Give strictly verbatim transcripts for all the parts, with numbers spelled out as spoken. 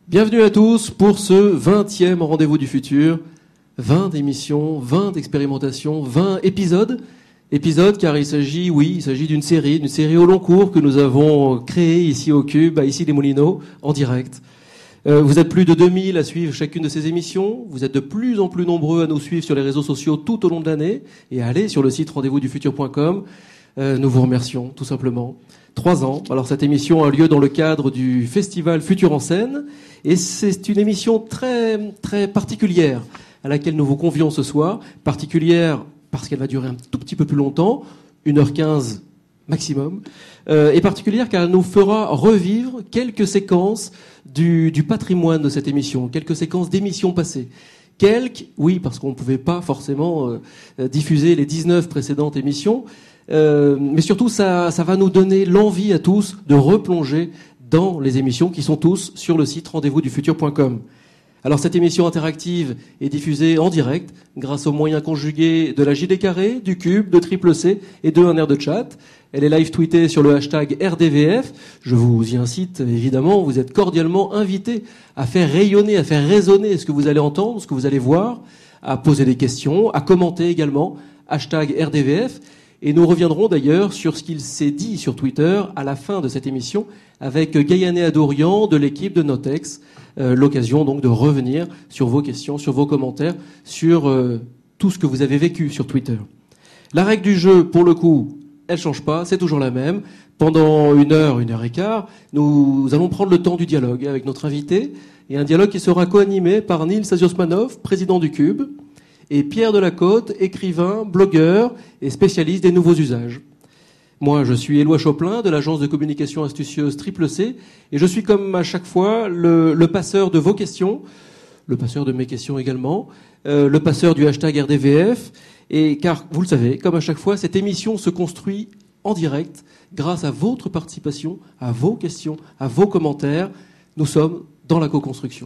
Bienvenue à tous pour ce vingtième Rendez-vous du Futur. vingt émissions, vingt expérimentations, vingt épisodes. Épisodes car il s'agit, oui, il s'agit d'une série, d'une série au long cours que nous avons créée ici au Cube, à Issy les Moulineaux, en direct. Euh, vous êtes plus de deux mille à suivre chacune de ces émissions. Vous êtes de plus en plus nombreux à nous suivre sur les réseaux sociaux tout au long de l'année et à aller sur le site rendez-vous du futur point com. Euh, nous vous remercions, tout simplement. Trois ans. Alors, cette émission a lieu dans le cadre du festival Futur en scène. Et c'est une émission très, très particulière à laquelle nous vous convions ce soir. Particulière parce qu'elle va durer un tout petit peu plus longtemps, une heure quinze maximum. Euh, et particulière car elle nous fera revivre quelques séquences du, du patrimoine de cette émission, quelques séquences d'émissions passées. Quelques, oui, parce qu'on ne pouvait pas forcément euh, diffuser les dix-neuf précédentes émissions. Euh, mais surtout, ça, ça va nous donner l'envie à tous de replonger dans les émissions qui sont tous sur le site rendez-vous du futur point com. Alors, cette émission interactive est diffusée en direct grâce aux moyens conjugués de la J D carré, du Cube, de Triple C et de un air de chat. Elle est live tweetée sur le hashtag R D V F. Je vous y incite, évidemment, vous êtes cordialement invités à faire rayonner, à faire résonner ce que vous allez entendre, ce que vous allez voir, à poser des questions, à commenter également, hashtag R D V F. Et nous reviendrons d'ailleurs sur ce qu'il s'est dit sur Twitter à la fin de cette émission avec Gaïané Adourian de l'équipe de Notex. Euh, l'occasion donc de revenir sur vos questions, sur vos commentaires, sur euh, tout ce que vous avez vécu sur Twitter. La règle du jeu, pour le coup, elle change pas, c'est toujours la même. Pendant une heure, une heure et quart, nous allons prendre le temps du dialogue avec notre invité, et un dialogue qui sera co-animé par Nils Aziosmanov, président du Cube, et Pierre Delacote, écrivain, blogueur et spécialiste des nouveaux usages. Moi, je suis Éloi Choplin de l'agence de communication astucieuse Triple C, et je suis comme à chaque fois le, le passeur de vos questions, le passeur de mes questions également, euh, le passeur du hashtag R D V F, et car, vous le savez, comme à chaque fois, cette émission se construit en direct grâce à votre participation, à vos questions, à vos commentaires. Nous sommes dans la co-construction.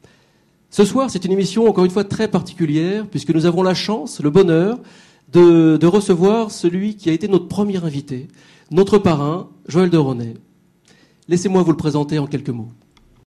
Ce soir, c'est une émission, encore une fois, très particulière, puisque nous avons la chance, le bonheur, de, de recevoir celui qui a été notre premier invité, notre parrain, Joël de Ronet. Laissez-moi vous le présenter en quelques mots.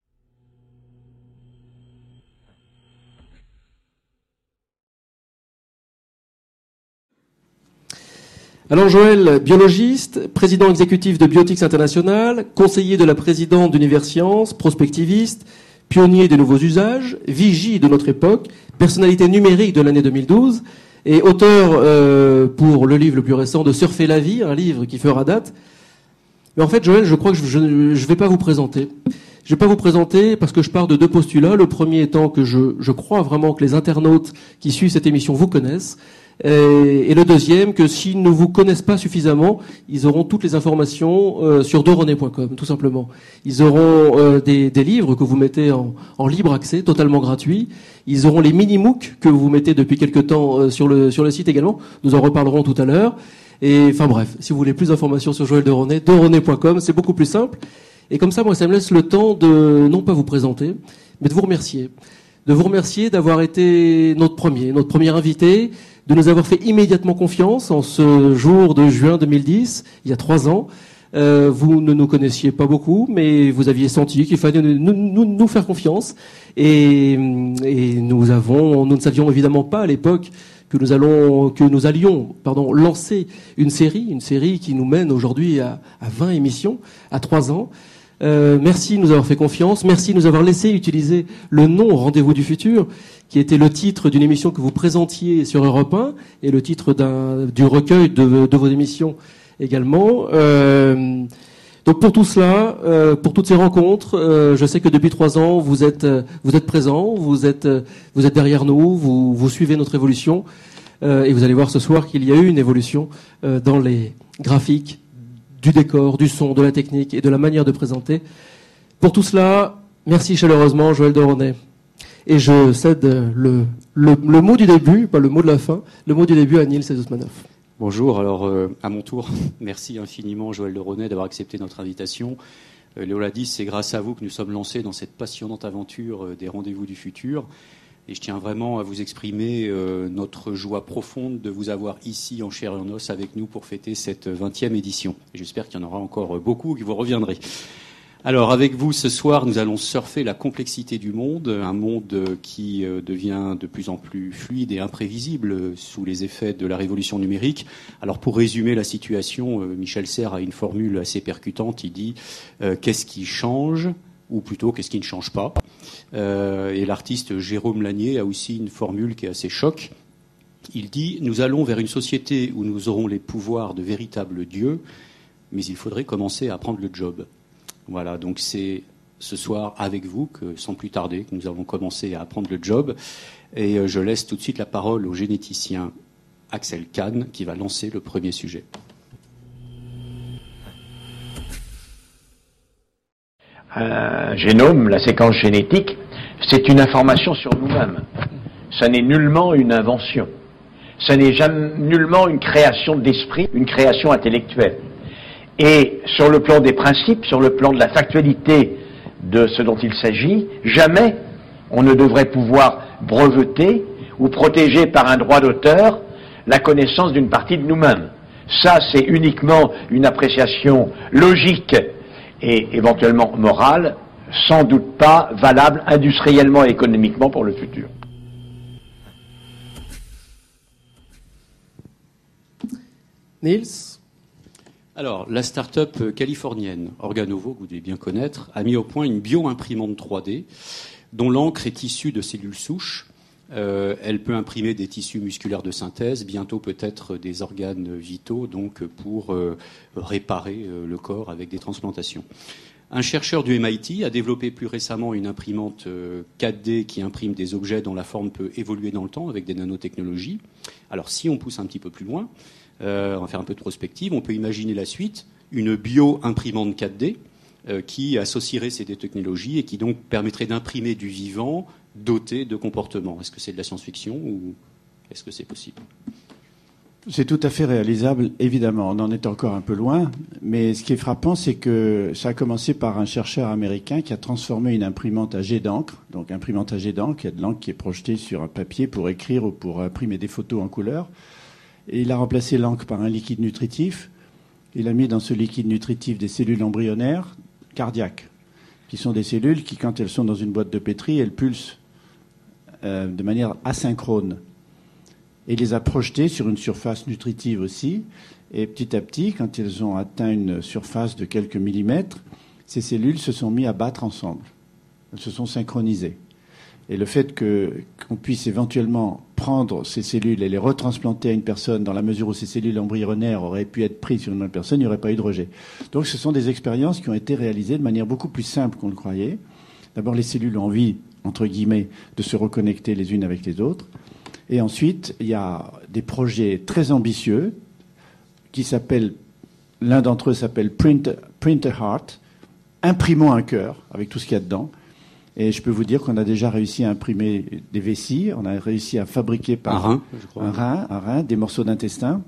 Alors Joël, biologiste, président exécutif de Biotics International, conseiller de la présidente d'Universcience, prospectiviste, pionnier des nouveaux usages, vigie de notre époque, personnalité numérique de l'année deux mille douze, et auteur euh, pour le livre le plus récent de Surfer la vie, un livre qui fera date. Mais en fait, Joël, je crois que je ne vais pas vous présenter. Je vais pas vous présenter parce que je pars de deux postulats. Le premier étant que je, je crois vraiment que les internautes qui suivent cette émission vous connaissent. Et, et le deuxième, que s'ils ne vous connaissent pas suffisamment, ils auront toutes les informations euh, sur doronet point com, tout simplement. Ils auront euh, des, des livres que vous mettez en, en libre accès, totalement gratuits. Ils auront les mini-moocs que vous mettez depuis quelque temps euh, sur le sur le site également. Nous en reparlerons tout à l'heure. Et enfin bref, si vous voulez plus d'informations sur Joël de Ronet, doronet point com, c'est beaucoup plus simple. Et comme ça, moi, ça me laisse le temps de non pas vous présenter, mais de vous remercier. De vous remercier d'avoir été notre premier, notre premier invité, de nous avoir fait immédiatement confiance en ce jour de juin deux mille dix, il y a trois ans. Euh, vous ne nous connaissiez pas beaucoup, mais vous aviez senti qu'il fallait nous, nous, nous faire confiance. Et, et nous avons, nous ne savions évidemment pas à l'époque que nous allons, que nous allions, pardon, lancer une série, une série qui nous mène aujourd'hui à, à vingt émissions, à trois ans. Euh, merci de nous avoir fait confiance, merci de nous avoir laissé utiliser le nom Rendez-vous du Futur, qui était le titre d'une émission que vous présentiez sur Europe un, et le titre d'un, du recueil de, de vos émissions également. Euh, donc pour tout cela, euh, pour toutes ces rencontres, euh, je sais que depuis trois ans, vous êtes, euh, vous êtes présents, vous êtes, euh, vous êtes derrière nous, vous, vous suivez notre évolution, euh, et vous allez voir ce soir qu'il y a eu une évolution euh, dans les graphiques, du décor, du son, de la technique et de la manière de présenter. Pour tout cela, merci chaleureusement Joël de Ronet. Et je cède le, le, le mot du début, pas le mot de la fin, le mot du début à Nils Aziosmanov. Bonjour, alors euh, à mon tour, merci infiniment Joël de Ronet d'avoir accepté notre invitation. Euh, Léo l'a dit, c'est grâce à vous que nous sommes lancés dans cette passionnante aventure euh, des Rendez-vous du Futur. Et je tiens vraiment à vous exprimer euh, notre joie profonde de vous avoir ici en chair et en os avec nous pour fêter cette vingtième édition. Et j'espère qu'il y en aura encore beaucoup, que vous reviendrez. Alors, avec vous, ce soir, nous allons surfer la complexité du monde, un monde qui devient de plus en plus fluide et imprévisible sous les effets de la révolution numérique. Alors, pour résumer la situation, Michel Serres a une formule assez percutante. Il dit euh, « Qu'est-ce qui change ?» ou plutôt « Qu'est-ce qui ne change pas ?» euh, Et l'artiste Jérôme Lanier a aussi une formule qui est assez choc. Il dit « Nous allons vers une société où nous aurons les pouvoirs de véritables dieux, mais il faudrait commencer à prendre le job. » Voilà, donc c'est ce soir avec vous que, sans plus tarder, que nous avons commencé à apprendre le job. Et je laisse tout de suite la parole au généticien Axel Kahn qui va lancer le premier sujet. Un génome, la séquence génétique, c'est une information sur nous-mêmes. Ça n'est nullement une invention. Ça n'est jamais, nullement une création d'esprit, une création intellectuelle. Et sur le plan des principes, sur le plan de la factualité de ce dont il s'agit, jamais on ne devrait pouvoir breveter ou protéger par un droit d'auteur la connaissance d'une partie de nous-mêmes. Ça, c'est uniquement une appréciation logique et éventuellement morale, sans doute pas valable industriellement et économiquement pour le futur. Niels ? Alors, la start-up californienne Organovo, que vous devez bien connaître, a mis au point une bio-imprimante trois D dont l'encre est issue de cellules souches. Euh, elle peut imprimer des tissus musculaires de synthèse, bientôt peut-être des organes vitaux, donc pour euh, réparer euh, le corps avec des transplantations. Un chercheur du M I T a développé plus récemment une imprimante euh, quatre D qui imprime des objets dont la forme peut évoluer dans le temps avec des nanotechnologies. Alors, si on pousse un petit peu plus loin, Euh, on va faire un peu de prospective. On peut imaginer la suite, une bio-imprimante quatre D euh, qui associerait ces deux technologies et qui donc permettrait d'imprimer du vivant doté de comportement. Est-ce que c'est de la science-fiction ou est-ce que c'est possible ? C'est tout à fait réalisable, évidemment. On en est encore un peu loin, mais ce qui est frappant, c'est que ça a commencé par un chercheur américain qui a transformé une imprimante à jet d'encre, donc imprimante à jet d'encre, il y a de l'encre qui est projetée sur un papier pour écrire ou pour imprimer des photos en couleur. Et il a remplacé l'encre par un liquide nutritif. Il a mis dans ce liquide nutritif des cellules embryonnaires cardiaques, qui sont des cellules qui, quand elles sont dans une boîte de pétri, elles pulsent euh, de manière asynchrone. Et il les a projetées sur une surface nutritive aussi. Et petit à petit, quand elles ont atteint une surface de quelques millimètres, ces cellules se sont mises à battre ensemble. Elles se sont synchronisées. Et le fait que, qu'on puisse éventuellement prendre ces cellules et les retransplanter à une personne dans la mesure où ces cellules embryonnaires auraient pu être prises sur une autre personne, il n'y aurait pas eu de rejet. Donc ce sont des expériences qui ont été réalisées de manière beaucoup plus simple qu'on le croyait. D'abord, les cellules ont envie, entre guillemets, de se reconnecter les unes avec les autres. Et ensuite, il y a des projets très ambitieux qui s'appellent, l'un d'entre eux s'appelle Print, Print a Heart, imprimons un cœur avec tout ce qu'il y a dedans. Et je peux vous dire qu'on a déjà réussi à imprimer des vessies, on a réussi à fabriquer par un rein, je crois. un rein, un rein, des morceaux d'intestin.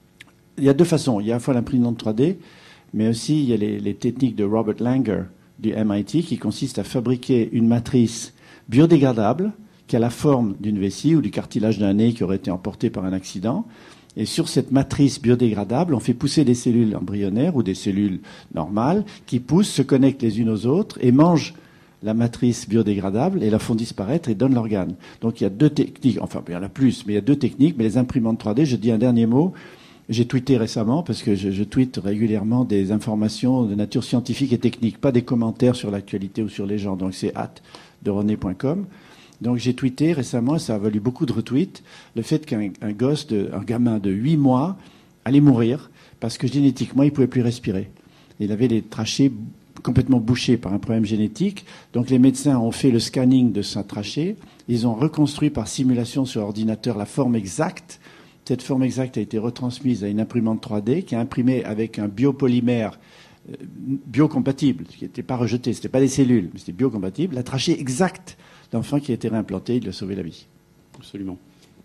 Il y a deux façons. Il y a à la fois l'imprimante trois D, mais aussi il y a les, les techniques de Robert Langer du M I T qui consistent à fabriquer une matrice biodégradable qui a la forme d'une vessie ou du cartilage d'un nez qui aurait été emporté par un accident. Et sur cette matrice biodégradable, on fait pousser des cellules embryonnaires ou des cellules normales qui poussent, se connectent les unes aux autres et mangent la matrice biodégradable et la font disparaître et donnent l'organe. Donc il y a deux techniques, enfin il y en a plus, mais il y a deux techniques, mais les imprimantes trois D, je dis un dernier mot, j'ai tweeté récemment, parce que je, je tweete régulièrement des informations de nature scientifique et technique, pas des commentaires sur l'actualité ou sur les gens, donc c'est at de rené point com. Donc j'ai tweeté récemment, ça a valu beaucoup de retweets, le fait qu'un un gosse, de, un gamin de huit mois allait mourir parce que génétiquement il ne pouvait plus respirer. Il avait les trachées complètement bouché par un problème génétique. Donc les médecins ont fait le scanning de sa trachée. Ils ont reconstruit par simulation sur ordinateur la forme exacte. Cette forme exacte a été retransmise à une imprimante trois D qui a imprimé avec un biopolymère biocompatible, qui n'était pas rejeté. Ce n'était pas des cellules, mais c'était biocompatible. La trachée exacte d'enfant qui a été réimplanté, il lui a sauvé la vie. Absolument.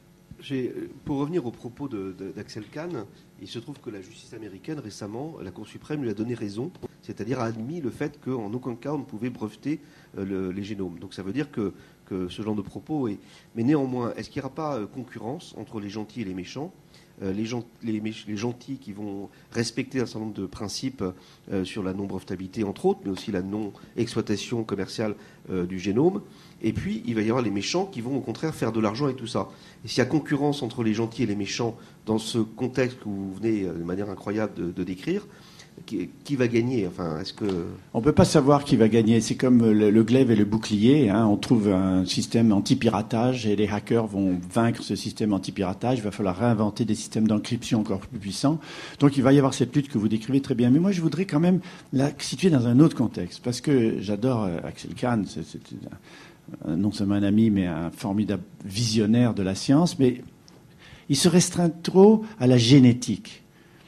J'ai, pour revenir aux propos de, de, d'Axel Kahn, il se trouve que la justice américaine, récemment, la Cour suprême lui a donné raison, c'est-à-dire a admis le fait qu'en aucun cas on ne pouvait breveter euh, le, les génomes. Donc ça veut dire que, que ce genre de propos est... Mais néanmoins, est-ce qu'il n'y aura pas euh, concurrence entre les gentils et les méchants ? euh, les, gens, les, les gentils qui vont respecter un certain nombre de principes euh, sur la non-brevetabilité, entre autres, mais aussi la non-exploitation commerciale euh, du génome. Et puis, il va y avoir les méchants qui vont, au contraire, faire de l'argent avec tout ça. Et s'il y a concurrence entre les gentils et les méchants dans ce contexte que vous venez de manière incroyable de, de décrire, qui, qui va gagner? Enfin, est-ce que... On ne peut pas savoir qui va gagner. C'est comme le, le glaive et le bouclier. Hein. On trouve un système anti-piratage et les hackers vont vaincre ce système anti-piratage. Il va falloir réinventer des systèmes d'encryption encore plus puissants. Donc il va y avoir cette lutte que vous décrivez très bien. Mais moi, je voudrais quand même la situer dans un autre contexte. Parce que j'adore Axel Kahn. C'est, c'est un, non seulement un ami, mais un formidable visionnaire de la science. Mais il se restreint trop à la génétique.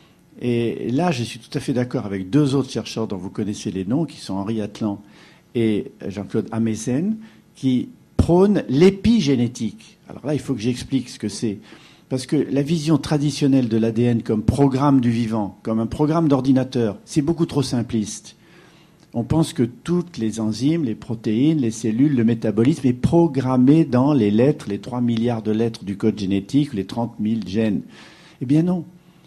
Et là, je suis tout à fait d'accord avec deux autres chercheurs dont vous connaissez les noms, qui sont Henri Atlan et Jean-Claude Ameisen, qui prônent l'épigénétique. Alors là, il faut que j'explique ce que c'est. Parce que la vision traditionnelle de l'A D N comme programme du vivant, comme un programme d'ordinateur, c'est beaucoup trop simpliste. On pense que toutes les enzymes, les protéines, les cellules, le métabolisme est programmé dans les lettres, les trois milliards de lettres du code génétique, les trente mille gènes. Eh bien non.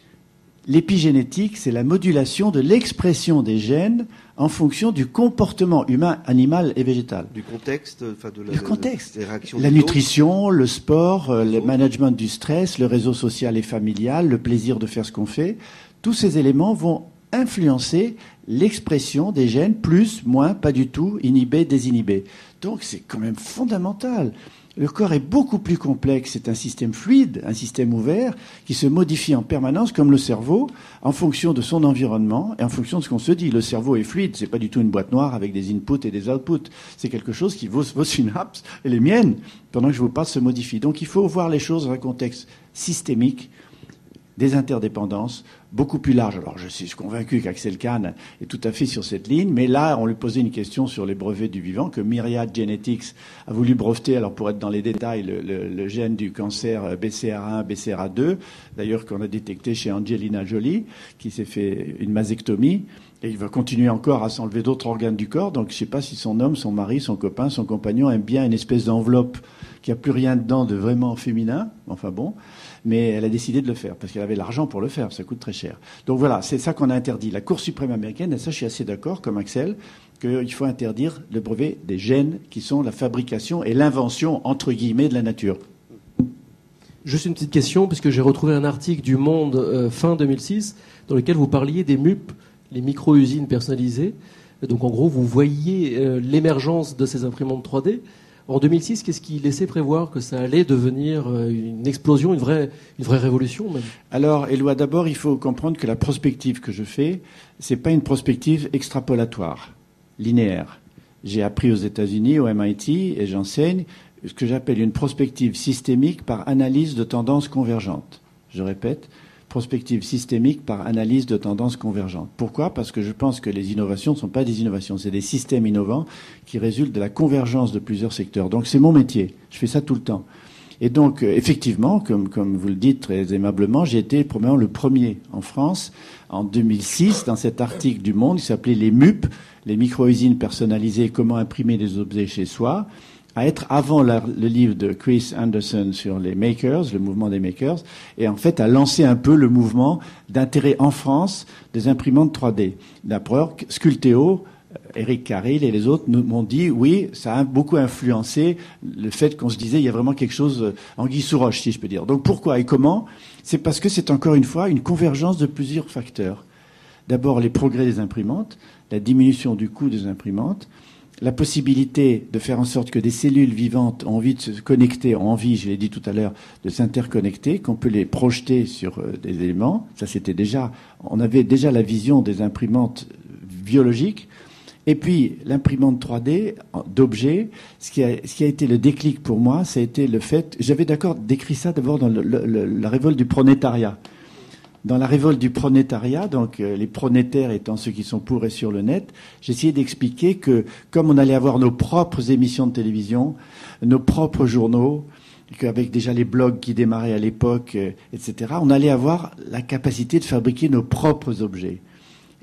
L'épigénétique, c'est la modulation de l'expression des gènes en fonction du comportement humain, animal et végétal. Du contexte, enfin de la, du contexte. Des réactions la nutrition, le sport, le management du stress, le réseau social et familial, le plaisir de faire ce qu'on fait. Tous ces éléments vont influencer l'expression des gènes, plus, moins, pas du tout, inhibé, désinhibé. Donc c'est quand même fondamental. Le corps est beaucoup plus complexe, c'est un système fluide, un système ouvert, qui se modifie en permanence comme le cerveau, en fonction de son environnement et en fonction de ce qu'on se dit. Le cerveau est fluide, c'est pas du tout une boîte noire avec des inputs et des outputs. C'est quelque chose qui, vos, vos synapses et les miennes, pendant que je vous parle, se modifient. Donc il faut voir les choses dans un contexte systémique, des interdépendances beaucoup plus larges. Alors je suis convaincu qu'Axel Kahn est tout à fait sur cette ligne, mais là on lui posait une question sur les brevets du vivant que Myriad Genetics a voulu breveter, alors pour être dans les détails, le, le, le gène du cancer B C R un, B C R A deux, d'ailleurs qu'on a détecté chez Angelina Jolie, qui s'est fait une mastectomie, et il va continuer encore à s'enlever d'autres organes du corps, donc je ne sais pas si son homme, son mari, son copain, son compagnon aime bien une espèce d'enveloppe qui n'a plus rien dedans de vraiment féminin, enfin bon, mais elle a décidé de le faire, parce qu'elle avait l'argent pour le faire, ça coûte très cher. Donc voilà, c'est ça qu'on a interdit. La Cour suprême américaine, et ça je suis assez d'accord, comme Axel, qu'il faut interdire le brevet des gènes qui sont la fabrication et l'invention, entre guillemets, de la nature. Juste une petite question, puisque j'ai retrouvé un article du Monde euh, fin deux mille six, dans lequel vous parliez des M U P, les micro-usines personnalisées. Donc en gros, vous voyez euh, l'émergence de ces imprimantes trois D. En deux mille six, qu'est-ce qui laissait prévoir que ça allait devenir une explosion, une vraie, une vraie révolution même? Alors, Éloi, d'abord, il faut comprendre que la prospective que je fais, c'est pas une prospective extrapolatoire, linéaire. J'ai appris aux États-Unis, au M I T, et j'enseigne ce que j'appelle une prospective systémique par analyse de tendances convergentes. Je répète, prospective systémique par analyse de tendances convergentes. Pourquoi ? Parce que je pense que les innovations ne sont pas des innovations, c'est des systèmes innovants qui résultent de la convergence de plusieurs secteurs. Donc c'est mon métier, je fais ça tout le temps. Et donc effectivement, comme, comme vous le dites très aimablement, j'ai été probablement le premier en France en deux mille six dans cet article du Monde qui s'appelait les M U P, les micro-usines personnalisées, comment imprimer des objets chez soi, à être avant la, le livre de Chris Anderson sur les makers, le mouvement des makers, et en fait à lancer un peu le mouvement d'intérêt en France des imprimantes trois D. D'abord, Sculpteo, Eric Carril et les autres nous m'ont dit oui, ça a beaucoup influencé le fait qu'on se disait il y a vraiment quelque chose anguille sous roche, si je peux dire. Donc pourquoi et comment ? C'est parce que c'est encore une fois une convergence de plusieurs facteurs. D'abord les progrès des imprimantes, la diminution du coût des imprimantes, la possibilité de faire en sorte que des cellules vivantes ont envie de se connecter, ont envie, je l'ai dit tout à l'heure, de s'interconnecter, qu'on peut les projeter sur des éléments. Ça, c'était déjà, on avait déjà la vision des imprimantes biologiques. Et puis, l'imprimante trois D d'objets, ce qui a, ce qui a été le déclic pour moi, ça a été le fait, j'avais d'accord décrit ça d'abord dans le, le, la révolte du pronétariat. Dans la révolte du pronétariat, donc euh, les pronétaires étant ceux qui sont pour et sur le net, j'ai essayé d'expliquer que comme on allait avoir nos propres émissions de télévision, nos propres journaux, qu'avec déjà les blogs qui démarraient à l'époque, euh, et cetera, on allait avoir la capacité de fabriquer nos propres objets.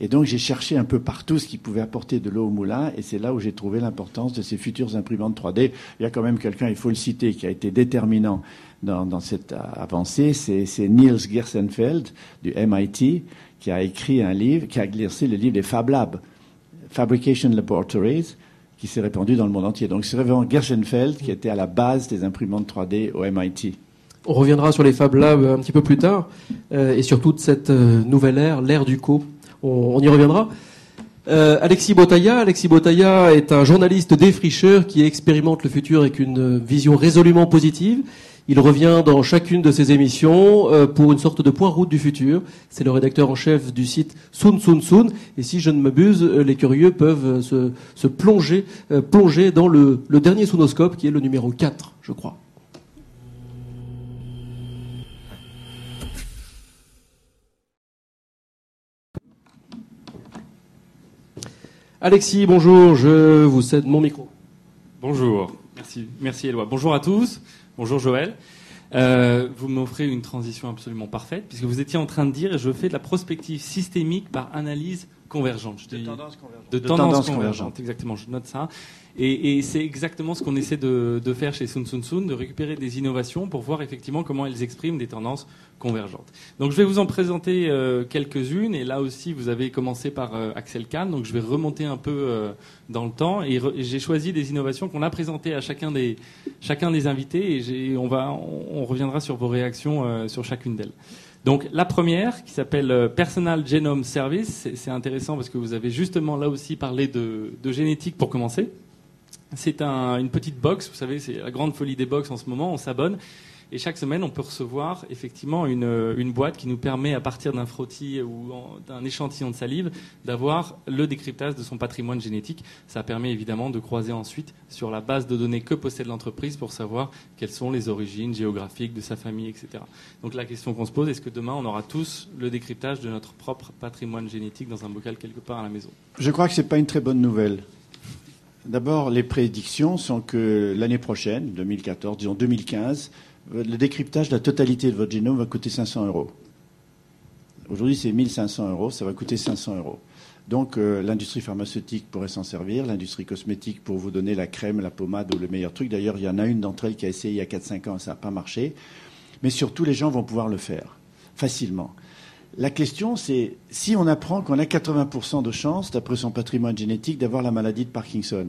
Et donc j'ai cherché un peu partout ce qui pouvait apporter de l'eau au moulin, et c'est là où j'ai trouvé l'importance de ces futures imprimantes trois D. Il y a quand même quelqu'un, il faut le citer, qui a été déterminant dans, dans cette avancée, c'est, c'est Niels Gershenfeld du M I T, qui a écrit un livre, qui a glissé le livre des Fab Labs, Fabrication Laboratories, qui s'est répandu dans le monde entier. Donc c'est vraiment Gershenfeld qui était à la base des imprimantes trois D au M I T. On reviendra sur les Fab Labs un petit peu plus tard, euh, et sur toute cette euh, nouvelle ère, l'ère du co. On, on y reviendra. Euh, Alexis Botaya. Alexis Botaya est un journaliste défricheur qui expérimente le futur avec une vision résolument positive. Il revient dans chacune de ses émissions euh, pour une sorte de point route du futur. C'est le rédacteur en chef du site Soun Soun Soun. Et si je ne m'abuse, les curieux peuvent se, se plonger, euh, plonger dans le, le dernier Sounoscope, qui est le numéro quatre, je crois. Alexis, bonjour, je vous cède mon micro. Bonjour, merci, merci Éloi. Bonjour à tous, bonjour Joël. Euh, vous m'offrez une transition absolument parfaite, puisque vous étiez en train de dire, je fais de la prospective systémique par analyse convergente. Je de dis, tendance convergente. De, de tendance, tendance convergente, convergente. Exactement, je note ça. Et, et c'est exactement ce qu'on essaie de, de faire chez Soun Soun Soun, de récupérer des innovations pour voir effectivement comment elles expriment des tendances convergentes. Donc je vais vous en présenter euh, quelques-unes, et là aussi vous avez commencé par euh, Axel Kahn, donc je vais remonter un peu euh, dans le temps, et, re, et j'ai choisi des innovations qu'on a présentées à chacun des, chacun des invités, et j'ai, on, va, on, on reviendra sur vos réactions euh, sur chacune d'elles. Donc la première, qui s'appelle Personal Genome Service, c'est, c'est intéressant parce que vous avez justement là aussi parlé de, de génétique pour commencer. C'est un, une petite box, vous savez, c'est la grande folie des box en ce moment, on s'abonne. Et chaque semaine, on peut recevoir effectivement une, une boîte qui nous permet, à partir d'un frottis ou en, d'un échantillon de salive, d'avoir le décryptage de son patrimoine génétique. Ça permet évidemment de croiser ensuite sur la base de données que possède l'entreprise pour savoir quelles sont les origines géographiques de sa famille, et cetera. Donc la question qu'on se pose, est-ce que demain, on aura tous le décryptage de notre propre patrimoine génétique dans un bocal quelque part à la maison ? Je crois que ce n'est pas une très bonne nouvelle. D'abord, les prédictions sont que l'année prochaine, deux mille quatorze, disons deux mille quinze, le décryptage de la totalité de votre génome va coûter cinq cents euros. Aujourd'hui, c'est mille cinq cents euros, ça va coûter cinq cents euros. Donc, euh, l'industrie pharmaceutique pourrait s'en servir, l'industrie cosmétique pour vous donner la crème, la pommade ou le meilleur truc. D'ailleurs, il y en a une d'entre elles qui a essayé il y a quatre cinq ans, ça n'a pas marché. Mais surtout, les gens vont pouvoir le faire facilement. La question, c'est si on apprend qu'on a quatre-vingts pour cent de chances, d'après son patrimoine génétique, d'avoir la maladie de Parkinson,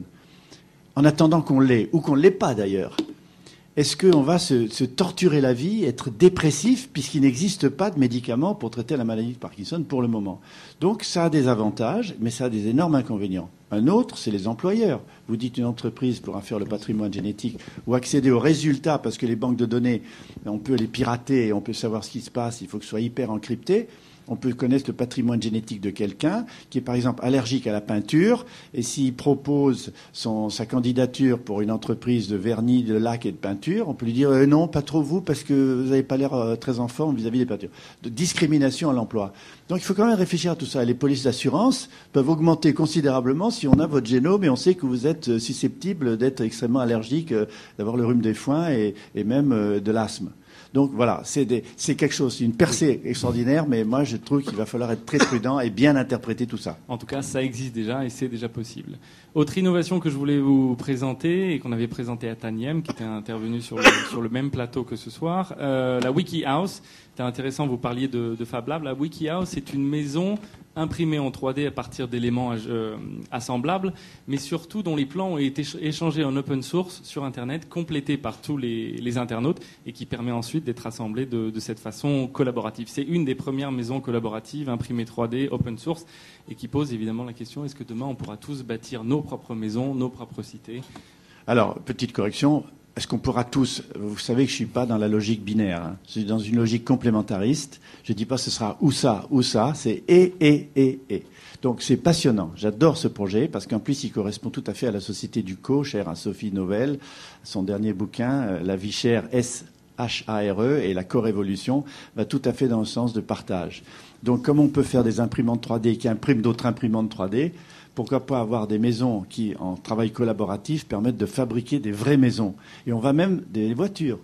en attendant qu'on l'ait, ou qu'on ne l'ait pas d'ailleurs, est-ce qu'on va se, se torturer la vie, être dépressif, puisqu'il n'existe pas de médicaments pour traiter la maladie de Parkinson pour le moment? Donc ça a des avantages, mais ça a des énormes inconvénients. Un autre, c'est les employeurs. Vous dites une entreprise pourra faire le patrimoine génétique ou accéder aux résultats, parce que les banques de données, on peut les pirater et on peut savoir ce qui se passe, il faut que ce soit hyper encrypté. On peut connaître le patrimoine génétique de quelqu'un qui est par exemple allergique à la peinture, et s'il propose son, sa candidature pour une entreprise de vernis, de laque et de peinture, on peut lui dire euh, non, pas trop vous, parce que vous n'avez pas l'air euh, très en forme vis-à-vis des peintures. De discrimination à l'emploi. Donc il faut quand même réfléchir à tout ça. Les polices d'assurance peuvent augmenter considérablement si on a votre génome et on sait que vous êtes susceptible d'être extrêmement allergique, euh, d'avoir le rhume des foins et, et même euh, de l'asthme. Donc voilà, c'est, des, c'est quelque chose, c'est une percée extraordinaire, mais moi je trouve qu'il va falloir être très prudent et bien interpréter tout ça. En tout cas, ça existe déjà et c'est déjà possible. Autre innovation que je voulais vous présenter et qu'on avait présentée à Taniem, qui était intervenu sur le, sur le même plateau que ce soir, euh, la WikiHouse. C'était intéressant, vous parliez de, de Fab Lab. La WikiHouse, c'est une maison imprimée en trois D à partir d'éléments euh, assemblables, mais surtout dont les plans ont été échangés en open source sur Internet, complétés par tous les, les internautes, et qui permet ensuite d'être assemblés de, de cette façon collaborative. C'est une des premières maisons collaboratives imprimées trois D, open source, et qui pose évidemment la question, est-ce que demain on pourra tous bâtir nos propres maisons, nos propres cités ? Alors, petite correction. Est-ce qu'on pourra tous... Vous savez que je ne suis pas dans la logique binaire. Hein. Je suis dans une logique complémentariste. Je ne dis pas ce sera ou ça, ou ça. C'est et, et, et, et. Donc c'est passionnant. J'adore ce projet parce qu'en plus, il correspond tout à fait à la société du co, chère à Sophie Novelle. Son dernier bouquin, La vie chère, S H A R E, et la co-révolution, va tout à fait dans le sens de partage. Donc comme on peut faire des imprimantes trois D qui impriment d'autres imprimantes trois D, pourquoi pas avoir des maisons qui, en travail collaboratif, permettent de fabriquer des vraies maisons. Et on va même des voitures.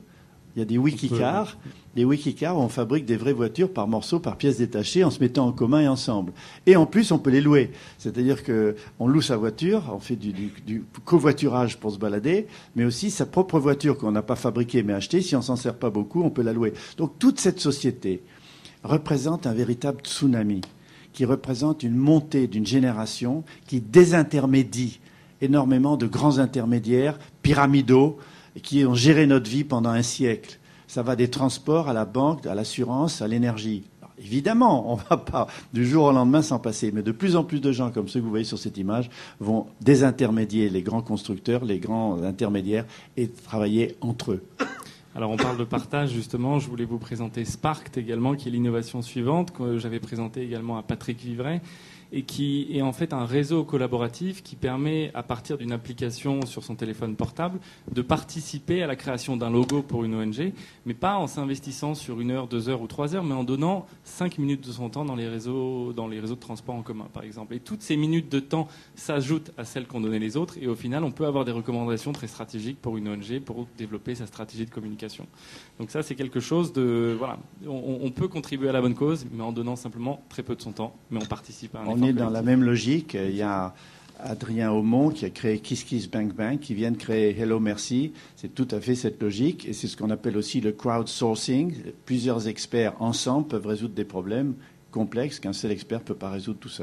Il y a des wikicars. Les wikicars, on fabrique des vraies voitures par morceaux, par pièces détachées, en se mettant en commun et ensemble. Et en plus, on peut les louer. C'est-à-dire qu'on loue sa voiture, on fait du, du, du covoiturage pour se balader, mais aussi sa propre voiture qu'on n'a pas fabriquée mais achetée. Si on s'en sert pas beaucoup, on peut la louer. Donc toute cette société représente un véritable tsunami, qui représente une montée d'une génération qui désintermédie énormément de grands intermédiaires pyramidaux qui ont géré notre vie pendant un siècle. Ça va des transports à la banque, à l'assurance, à l'énergie. Alors, évidemment, on ne va pas du jour au lendemain s'en passer, mais de plus en plus de gens, comme ceux que vous voyez sur cette image, vont désintermédier les grands constructeurs, les grands intermédiaires, et travailler entre eux. Alors on parle de partage justement, je voulais vous présenter Sparkt également, qui est l'innovation suivante, que j'avais présentée également à Patrick Vivray, et qui est en fait un réseau collaboratif qui permet, à partir d'une application sur son téléphone portable, de participer à la création d'un logo pour une O N G, mais pas en s'investissant sur une heure, deux heures ou trois heures, mais en donnant cinq minutes de son temps dans les réseaux, dans les réseaux de transport en commun, par exemple. Et toutes ces minutes de temps s'ajoutent à celles qu'ont données les autres, et au final, on peut avoir des recommandations très stratégiques pour une O N G pour développer sa stratégie de communication. Donc ça, c'est quelque chose de... Voilà, on, on peut contribuer à la bonne cause, mais en donnant simplement très peu de son temps, mais on participe à un effort. On est dans la même logique. Il y a Adrien Aumont qui a créé Kiss Kiss Bank Bank, qui vient de créer Hello Merci. C'est tout à fait cette logique. Et c'est ce qu'on appelle aussi le crowdsourcing. Plusieurs experts ensemble peuvent résoudre des problèmes complexes qu'un seul expert ne peut pas résoudre tout seul.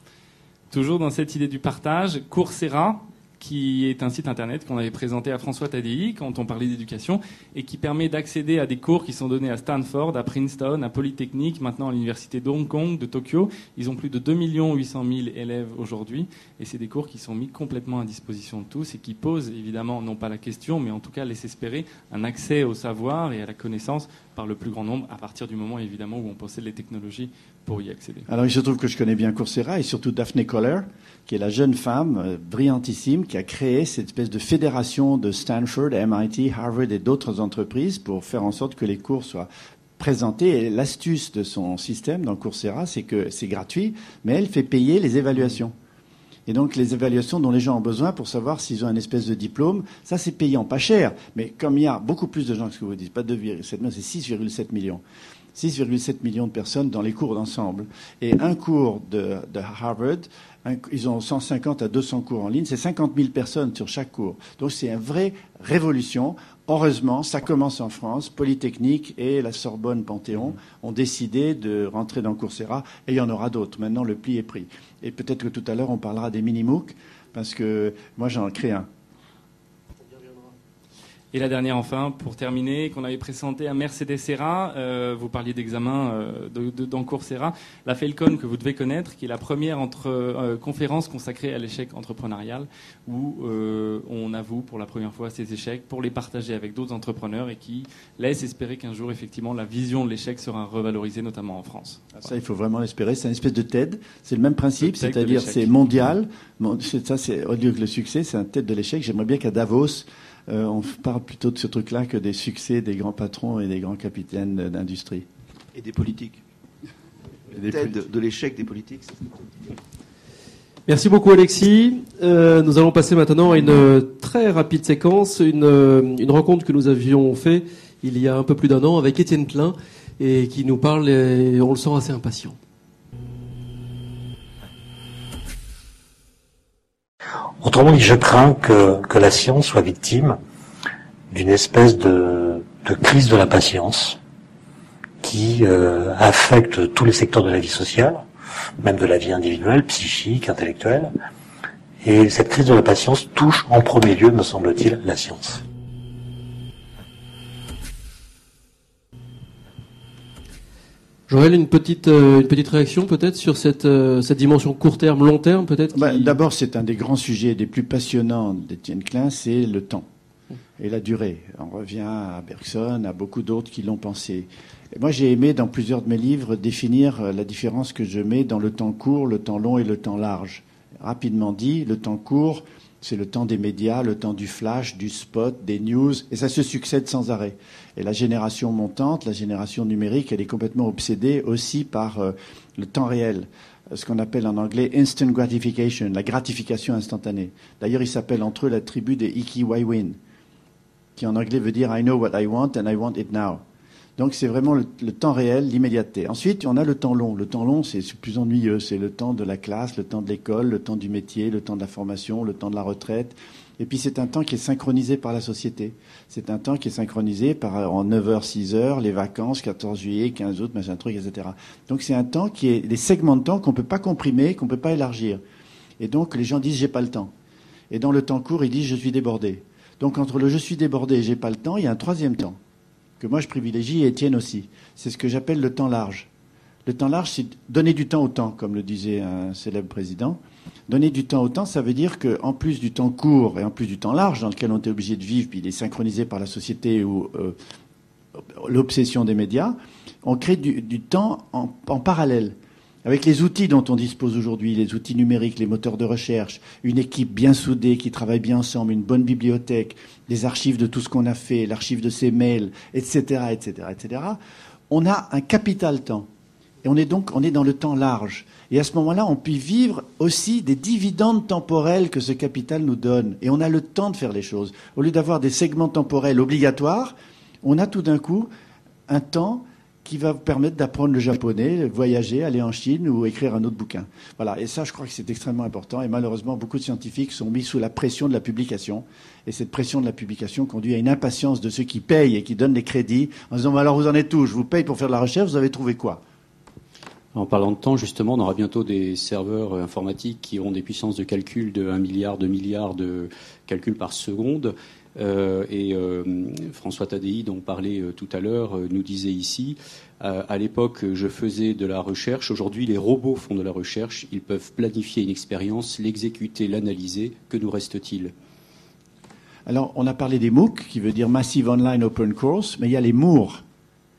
Toujours dans cette idée du partage, Coursera, qui est un site internet qu'on avait présenté à François Tadei quand on parlait d'éducation et qui permet d'accéder à des cours qui sont donnés à Stanford, à Princeton, à Polytechnique, maintenant à l'université de Hong Kong, de Tokyo. Ils ont plus de deux millions huit cent mille élèves aujourd'hui et c'est des cours qui sont mis complètement à disposition de tous et qui posent évidemment, non pas la question, mais en tout cas laissent espérer un accès au savoir et à la connaissance par le plus grand nombre à partir du moment évidemment où on possède les technologies pour y accéder. Alors il se trouve que je connais bien Coursera et surtout Daphne Koller, qui est la jeune femme euh, brillantissime qui a créé cette espèce de fédération de Stanford, M I T, Harvard et d'autres entreprises pour faire en sorte que les cours soient présentés. Et l'astuce de son système dans Coursera, c'est que c'est gratuit, mais elle fait payer les évaluations. Et donc les évaluations dont les gens ont besoin pour savoir s'ils ont un espèce de diplôme, ça c'est payant, pas cher. Mais comme il y a beaucoup plus de gens que ce que vous dites, pas deux virgule sept millions, c'est six virgule sept millions. six virgule sept millions de personnes dans les cours d'ensemble. Et un cours de, de Harvard, un, ils ont cent cinquante à deux cents cours en ligne, c'est cinquante mille personnes sur chaque cours. Donc c'est une vraie révolution. Heureusement, ça commence en France. Polytechnique et la Sorbonne Panthéon ont décidé de rentrer dans Coursera et il y en aura d'autres. Maintenant, le pli est pris. Et peut-être que tout à l'heure, on parlera des mini-MOOC parce que moi, j'en crée un. Et la dernière, enfin, pour terminer, qu'on avait présenté à Mercedes Serra, euh, vous parliez d'examen euh, de, de, dans Coursera, la Falcon que vous devez connaître, qui est la première entre, euh, conférence consacrée à l'échec entrepreneurial, où euh, on avoue pour la première fois ses échecs pour les partager avec d'autres entrepreneurs et qui laisse espérer qu'un jour, effectivement, la vision de l'échec sera revalorisée, notamment en France. Ah, ça, il faut vraiment l'espérer. C'est une espèce de TED. C'est le même principe, le TED c'est-à-dire c'est mondial. Ça, c'est au lieu que le succès, c'est un TED de l'échec. J'aimerais bien qu'à Davos, Euh, on parle plutôt de ce truc-là que des succès des grands patrons et des grands capitaines d'industrie. Et des politiques. Et des politiques. De, de l'échec des politiques. Merci beaucoup Alexis. Euh, nous allons passer maintenant à une très rapide séquence, une, une rencontre que nous avions fait il y a un peu plus d'un an avec Étienne Klein et qui nous parle, et on le sent assez impatient. Autrement dit, je crains que, que la science soit victime d'une espèce de, de crise de la patience qui euh, affecte tous les secteurs de la vie sociale, même de la vie individuelle, psychique, intellectuelle. Et cette crise de la patience touche en premier lieu, me semble-t-il, la science. Joël, une petite, euh, une petite réaction peut-être sur cette, euh, cette dimension court terme, long terme peut-être qui... bah, D'abord, c'est un des grands sujets des plus passionnants d'Étienne Klein, c'est le temps et la durée. On revient à Bergson, à beaucoup d'autres qui l'ont pensé. Et moi, j'ai aimé dans plusieurs de mes livres définir la différence que je mets dans le temps court, le temps long et le temps large. Rapidement dit, le temps court, c'est le temps des médias, le temps du flash, du spot, des news, et ça se succède sans arrêt. Et la génération montante, la génération numérique, elle est complètement obsédée aussi par euh, le temps réel, ce qu'on appelle en anglais instant gratification, la gratification instantanée. D'ailleurs, ils s'appellent entre eux la tribu des Ikiwaiwin, qui en anglais veut dire I know what I want and I want it now. Donc c'est vraiment le, le temps réel, l'immédiateté. Ensuite, on a le temps long. Le temps long, c'est, c'est plus ennuyeux. C'est le temps de la classe, le temps de l'école, le temps du métier, le temps de la formation, le temps de la retraite. Et puis c'est un temps qui est synchronisé par la société. C'est un temps qui est synchronisé par en neuf heures, six heures, les vacances, quatorze juillet, quinze août, machin truc, et cetera. Donc c'est un temps qui est des segments de temps qu'on peut pas comprimer, qu'on peut pas élargir. Et donc les gens disent j'ai pas le temps. Et dans le temps court, ils disent je suis débordé. Donc entre le je suis débordé et j'ai pas le temps, il y a un troisième temps que moi je privilégie et Étienne aussi. C'est ce que j'appelle le temps large. Le temps large, c'est donner du temps au temps, comme le disait un célèbre président. Donner du temps au temps, ça veut dire qu'en plus du temps court et en plus du temps large dans lequel on est obligé de vivre, puis il est synchronisé par la société ou euh, l'obsession des médias, on crée du, du temps en, en parallèle. Avec les outils dont on dispose aujourd'hui, les outils numériques, les moteurs de recherche, une équipe bien soudée qui travaille bien ensemble, une bonne bibliothèque, les archives de tout ce qu'on a fait, l'archive de ses mails, et cetera, et cetera, et cetera, on a un capital temps. Et on est donc on est dans le temps large. Et à ce moment-là, on peut vivre aussi des dividendes temporels que ce capital nous donne. Et on a le temps de faire les choses. Au lieu d'avoir des segments temporels obligatoires, on a tout d'un coup un temps qui va vous permettre d'apprendre le japonais, voyager, aller en Chine ou écrire un autre bouquin. Voilà. Et ça, je crois que c'est extrêmement important. Et malheureusement, beaucoup de scientifiques sont mis sous la pression de la publication. Et cette pression de la publication conduit à une impatience de ceux qui payent et qui donnent les crédits en disant bah, « alors vous en êtes où ? Je vous paye pour faire de la recherche, vous avez trouvé quoi ?» En parlant de temps, justement, on aura bientôt des serveurs informatiques qui auront des puissances de calcul de un milliard, deux milliards de calculs par seconde. Euh, et euh, François Tadei, dont on parlait euh, tout à l'heure, euh, nous disait ici, euh, à l'époque, je faisais de la recherche. Aujourd'hui, les robots font de la recherche. Ils peuvent planifier une expérience, l'exécuter, l'analyser. Que nous reste-t-il ? Alors, on a parlé des MOOC, qui veut dire Massive Online Open Course, mais il y a les M O O R,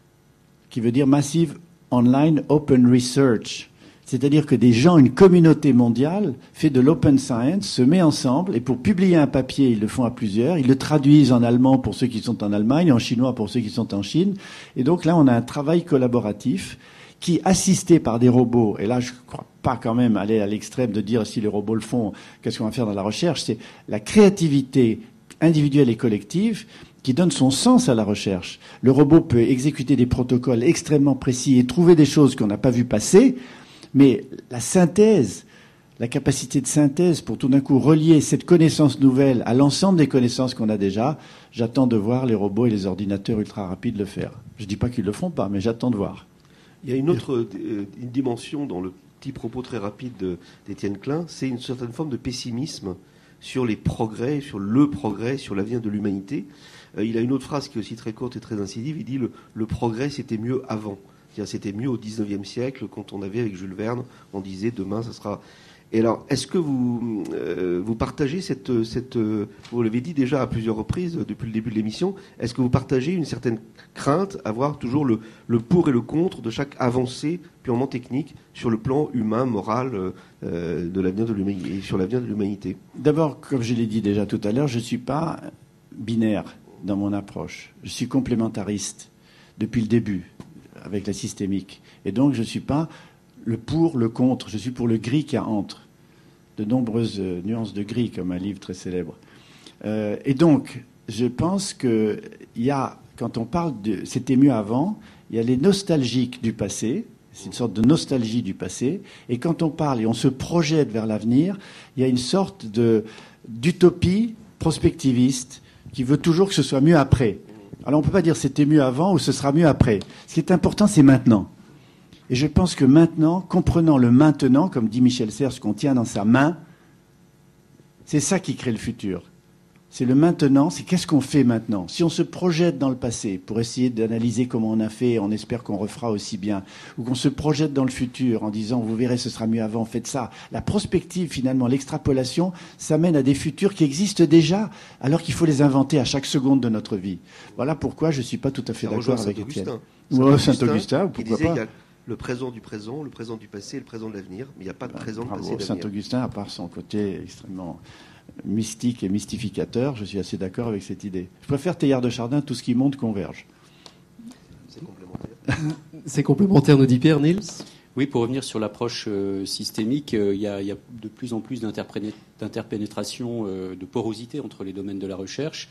qui veut dire Massive Online Open Research. C'est-à-dire que des gens, une communauté mondiale, fait de l'open science, se met ensemble, et pour publier un papier, ils le font à plusieurs, ils le traduisent en allemand pour ceux qui sont en Allemagne, en chinois pour ceux qui sont en Chine. Et donc là, on a un travail collaboratif qui, assisté par des robots, et là, je ne crois pas quand même aller à l'extrême de dire si les robots le font, qu'est-ce qu'on va faire dans la recherche, c'est la créativité individuelle et collective qui donne son sens à la recherche. Le robot peut exécuter des protocoles extrêmement précis et trouver des choses qu'on n'a pas vues passer, mais la synthèse, la capacité de synthèse pour tout d'un coup relier cette connaissance nouvelle à l'ensemble des connaissances qu'on a déjà, j'attends de voir les robots et les ordinateurs ultra rapides le faire. Je ne dis pas qu'ils ne le font pas, mais j'attends de voir. Il y a une autre euh, une dimension dans le petit propos très rapide de, d'Étienne Klein, c'est une certaine forme de pessimisme sur les progrès, sur le progrès, sur l'avenir de l'humanité. Euh, il a une autre phrase qui est aussi très courte et très incisive, il dit le, le progrès c'était mieux avant. C'est-à-dire, c'était mieux au dix-neuvième siècle, quand on avait, avec Jules Verne, on disait demain, ça sera. Et alors, est-ce que vous, euh, vous partagez cette, cette. Vous l'avez dit déjà à plusieurs reprises depuis le début de l'émission, est-ce que vous partagez une certaine crainte à voir toujours le, le pour et le contre de chaque avancée purement technique sur le plan humain, moral, euh, de l'avenir de l'humanité, sur l'avenir de l'humanité ? D'abord, comme je l'ai dit déjà tout à l'heure, je ne suis pas binaire dans mon approche. Je suis complémentariste depuis le début, avec la systémique. Et donc, je ne suis pas le pour, le contre. Je suis pour le gris qu'il y a entre. De nombreuses euh, nuances de gris, comme un livre très célèbre. Euh, et donc, je pense qu'il y a, quand on parle de « c'était mieux avant », il y a les nostalgiques du passé. C'est une sorte de nostalgie du passé. Et quand on parle et on se projette vers l'avenir, il y a une sorte de, d'utopie prospectiviste qui veut toujours que ce soit mieux après. Alors on ne peut pas dire c'était mieux avant ou ce sera mieux après. Ce qui est important, c'est maintenant. Et je pense que maintenant, comprenant le maintenant, comme dit Michel Serres, ce qu'on tient dans sa main, c'est ça qui crée le futur. C'est le maintenant, c'est qu'est-ce qu'on fait maintenant. Si on se projette dans le passé pour essayer d'analyser comment on a fait, on espère qu'on refera aussi bien, ou qu'on se projette dans le futur en disant vous verrez ce sera mieux avant, faites ça. La prospective finalement, l'extrapolation, ça mène à des futurs qui existent déjà, alors qu'il faut les inventer à chaque seconde de notre vie. Voilà pourquoi je ne suis pas tout à fait ça d'accord avec Étienne. Saint-Augustin, Saint-Augustin, pourquoi qui disait, pas. Il y a le présent du présent, le présent du passé et le présent de l'avenir, mais il n'y a pas de présent, de Bravo, passé et d'avenir. Saint-Augustin, à part son côté extrêmement mystique et mystificateur, je suis assez d'accord avec cette idée. Je préfère Teilhard de Chardin, tout ce qui monte converge. C'est complémentaire. C'est complémentaire, nous dit Pierre. Niels ? Oui, pour revenir sur l'approche euh, systémique, euh, il y, y a de plus en plus d'interpénétration, euh, de porosité entre les domaines de la recherche.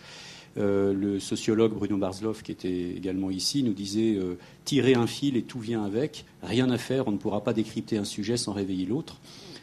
Euh, le sociologue Bruno Barzloff, qui était également ici, nous disait euh, « tirer un fil et tout vient avec, rien à faire, on ne pourra pas décrypter un sujet sans réveiller l'autre euh, ».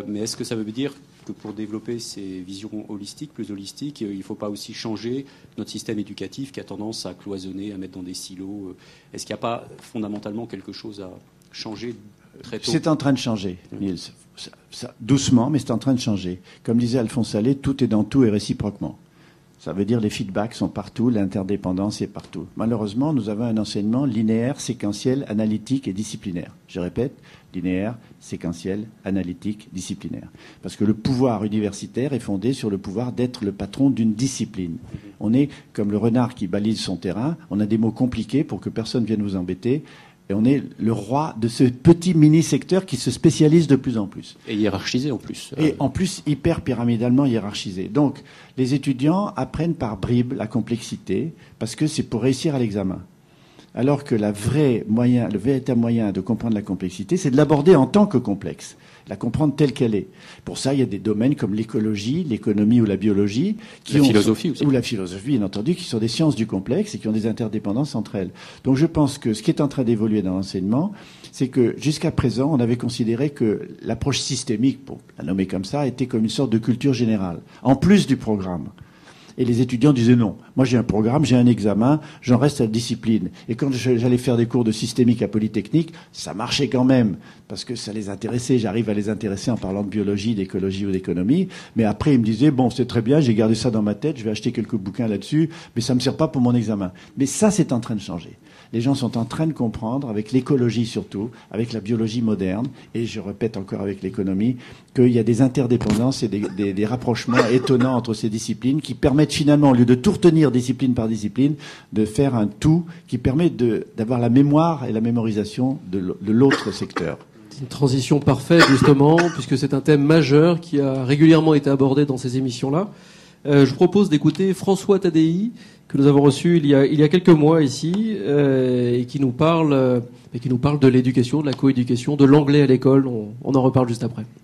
Mais est-ce que ça veut dire que pour développer ces visions holistiques, plus holistiques, euh, il ne faut pas aussi changer notre système éducatif qui a tendance à cloisonner, à mettre dans des silos? Est-ce qu'il n'y a pas fondamentalement quelque chose à changer très tôt? C'est en train de changer, Niels. Ça, ça, doucement, mais c'est en train de changer. Comme disait Alphonse Allais, tout est dans tout et réciproquement. Ça veut dire les feedbacks sont partout, l'interdépendance est partout. Malheureusement, nous avons un enseignement linéaire, séquentiel, analytique et disciplinaire. Je répète, linéaire, séquentiel, analytique, disciplinaire. Parce que le pouvoir universitaire est fondé sur le pouvoir d'être le patron d'une discipline. On est comme le renard qui balise son terrain, on a des mots compliqués pour que personne vienne vous embêter. Et on est le roi de ce petit mini-secteur qui se spécialise de plus en plus. Et hiérarchisé en plus. Et en plus, hyper pyramidalement hiérarchisé. Donc, les étudiants apprennent par bribes la complexité, parce que c'est pour réussir à l'examen. Alors que la vraie moyen, le véritable moyen de comprendre la complexité, c'est de l'aborder en tant que complexe, la comprendre telle qu'elle est. Pour ça, il y a des domaines comme l'écologie, l'économie ou la biologie, qui la ont, philosophie aussi. ou la philosophie, bien entendu, qui sont des sciences du complexe et qui ont des interdépendances entre elles. Donc, je pense que ce qui est en train d'évoluer dans l'enseignement, c'est que jusqu'à présent, on avait considéré que l'approche systémique, pour la nommer comme ça, était comme une sorte de culture générale, en plus du programme. Et les étudiants disaient non. Moi, j'ai un programme, j'ai un examen, j'en reste à la discipline. Et quand j'allais faire des cours de systémique à Polytechnique, ça marchait quand même, parce que ça les intéressait. J'arrive à les intéresser en parlant de biologie, d'écologie ou d'économie. Mais après, ils me disaient, bon, c'est très bien, j'ai gardé ça dans ma tête, je vais acheter quelques bouquins là-dessus, mais ça me sert pas pour mon examen. Mais ça, c'est en train de changer. Les gens sont en train de comprendre, avec l'écologie surtout, avec la biologie moderne, et je répète encore avec l'économie, qu'il y a des interdépendances et des, des, des rapprochements étonnants entre ces disciplines qui permettent finalement, au lieu de tout retenir discipline par discipline, de faire un tout qui permet de, d'avoir la mémoire et la mémorisation de, de l'autre secteur. C'est une transition parfaite, justement, puisque c'est un thème majeur qui a régulièrement été abordé dans ces émissions-là. Euh, je vous propose d'écouter François Tadei, que nous avons reçu il y a, il y a quelques mois ici, euh, et qui nous parle, euh, et qui nous parle de l'éducation, de la coéducation, de l'anglais à l'école. On, on en reparle juste après.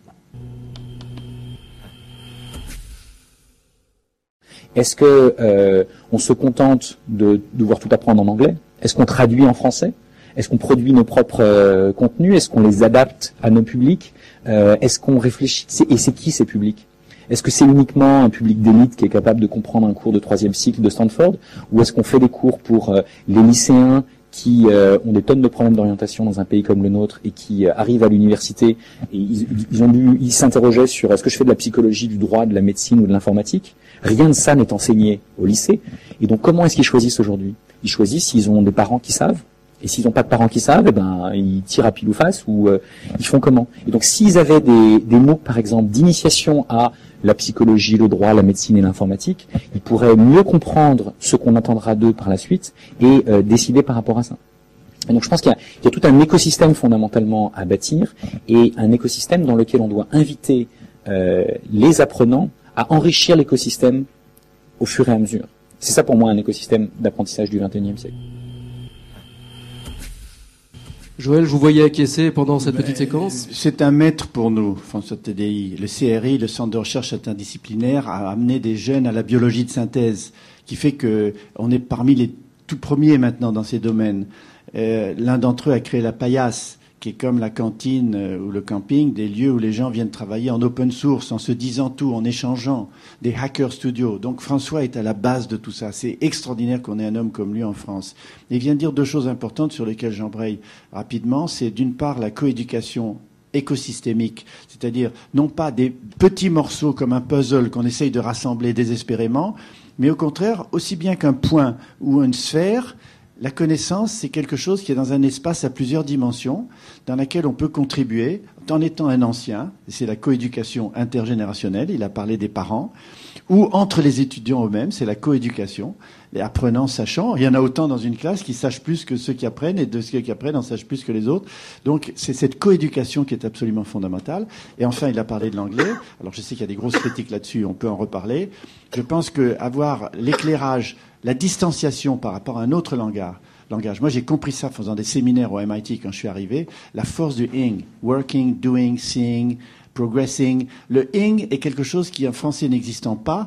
Est-ce que euh, on se contente de devoir tout apprendre en anglais? Est-ce qu'on traduit en français? Est-ce qu'on produit nos propres euh, contenus? Est-ce qu'on les adapte à nos publics? euh, Est-ce qu'on réfléchit? Et c'est qui ces publics? Est-ce que c'est uniquement un public d'élite qui est capable de comprendre un cours de troisième cycle de Stanford, ou est-ce qu'on fait des cours pour euh, les lycéens qui euh, ont des tonnes de problèmes d'orientation dans un pays comme le nôtre et qui euh, arrivent à l'université et ils, ils ont dû, ils s'interrogeaient sur est-ce que je fais de la psychologie, du droit, de la médecine ou de l'informatique? Rien de ça n'est enseigné au lycée. Et donc comment est-ce qu'ils choisissent aujourd'hui? Ils choisissent s'ils ont des parents qui savent. Et s'ils n'ont pas de parents qui savent, eh ben ils tirent à pile ou face, ou euh, ils font comment? Et donc s'ils avaient des, des mots, par exemple, d'initiation à la psychologie, le droit, la médecine et l'informatique, ils pourraient mieux comprendre ce qu'on attendra d'eux par la suite et euh, décider par rapport à ça. Et donc je pense qu'il y a, il y a tout un écosystème fondamentalement à bâtir, et un écosystème dans lequel on doit inviter euh, les apprenants à enrichir l'écosystème au fur et à mesure. C'est ça pour moi un écosystème d'apprentissage du vingt et unième siècle. Joël, je vous voyais acquiescer pendant cette Mais petite séquence. C'est un maître pour nous, François Tadei. Le C R I, le Centre de recherche interdisciplinaire, a amené des jeunes à la biologie de synthèse, qui fait que on est parmi les tout premiers maintenant dans ces domaines. Euh, l'un d'entre eux a créé la Paillasse, qui est comme la cantine euh, ou le camping, des lieux où les gens viennent travailler en open source, en se disant tout, en échangeant, des hacker studios. Donc François est à la base de tout ça. C'est extraordinaire qu'on ait un homme comme lui en France. Et il vient de dire deux choses importantes sur lesquelles j'embraye rapidement. C'est d'une part la coéducation écosystémique, c'est-à-dire non pas des petits morceaux comme un puzzle qu'on essaye de rassembler désespérément, mais au contraire, aussi bien qu'un point ou une sphère, la connaissance, c'est quelque chose qui est dans un espace à plusieurs dimensions, dans laquelle on peut contribuer en étant un ancien, et c'est la coéducation intergénérationnelle, il a parlé des parents, ou entre les étudiants eux-mêmes, c'est la coéducation, les apprenants sachant, il y en a autant dans une classe qui sachent plus que ceux qui apprennent, et de ceux qui apprennent en sachent plus que les autres. Donc c'est cette coéducation qui est absolument fondamentale. Et enfin, il a parlé de l'anglais. Alors je sais qu'il y a des grosses critiques là-dessus, on peut en reparler. Je pense qu'avoir l'éclairage, la distanciation par rapport à un autre langage, langage. Moi, j'ai compris ça en faisant des séminaires au M I T quand je suis arrivé. La force du ing, working, doing, seeing, progressing. Le ing est quelque chose qui, en français n'existant pas,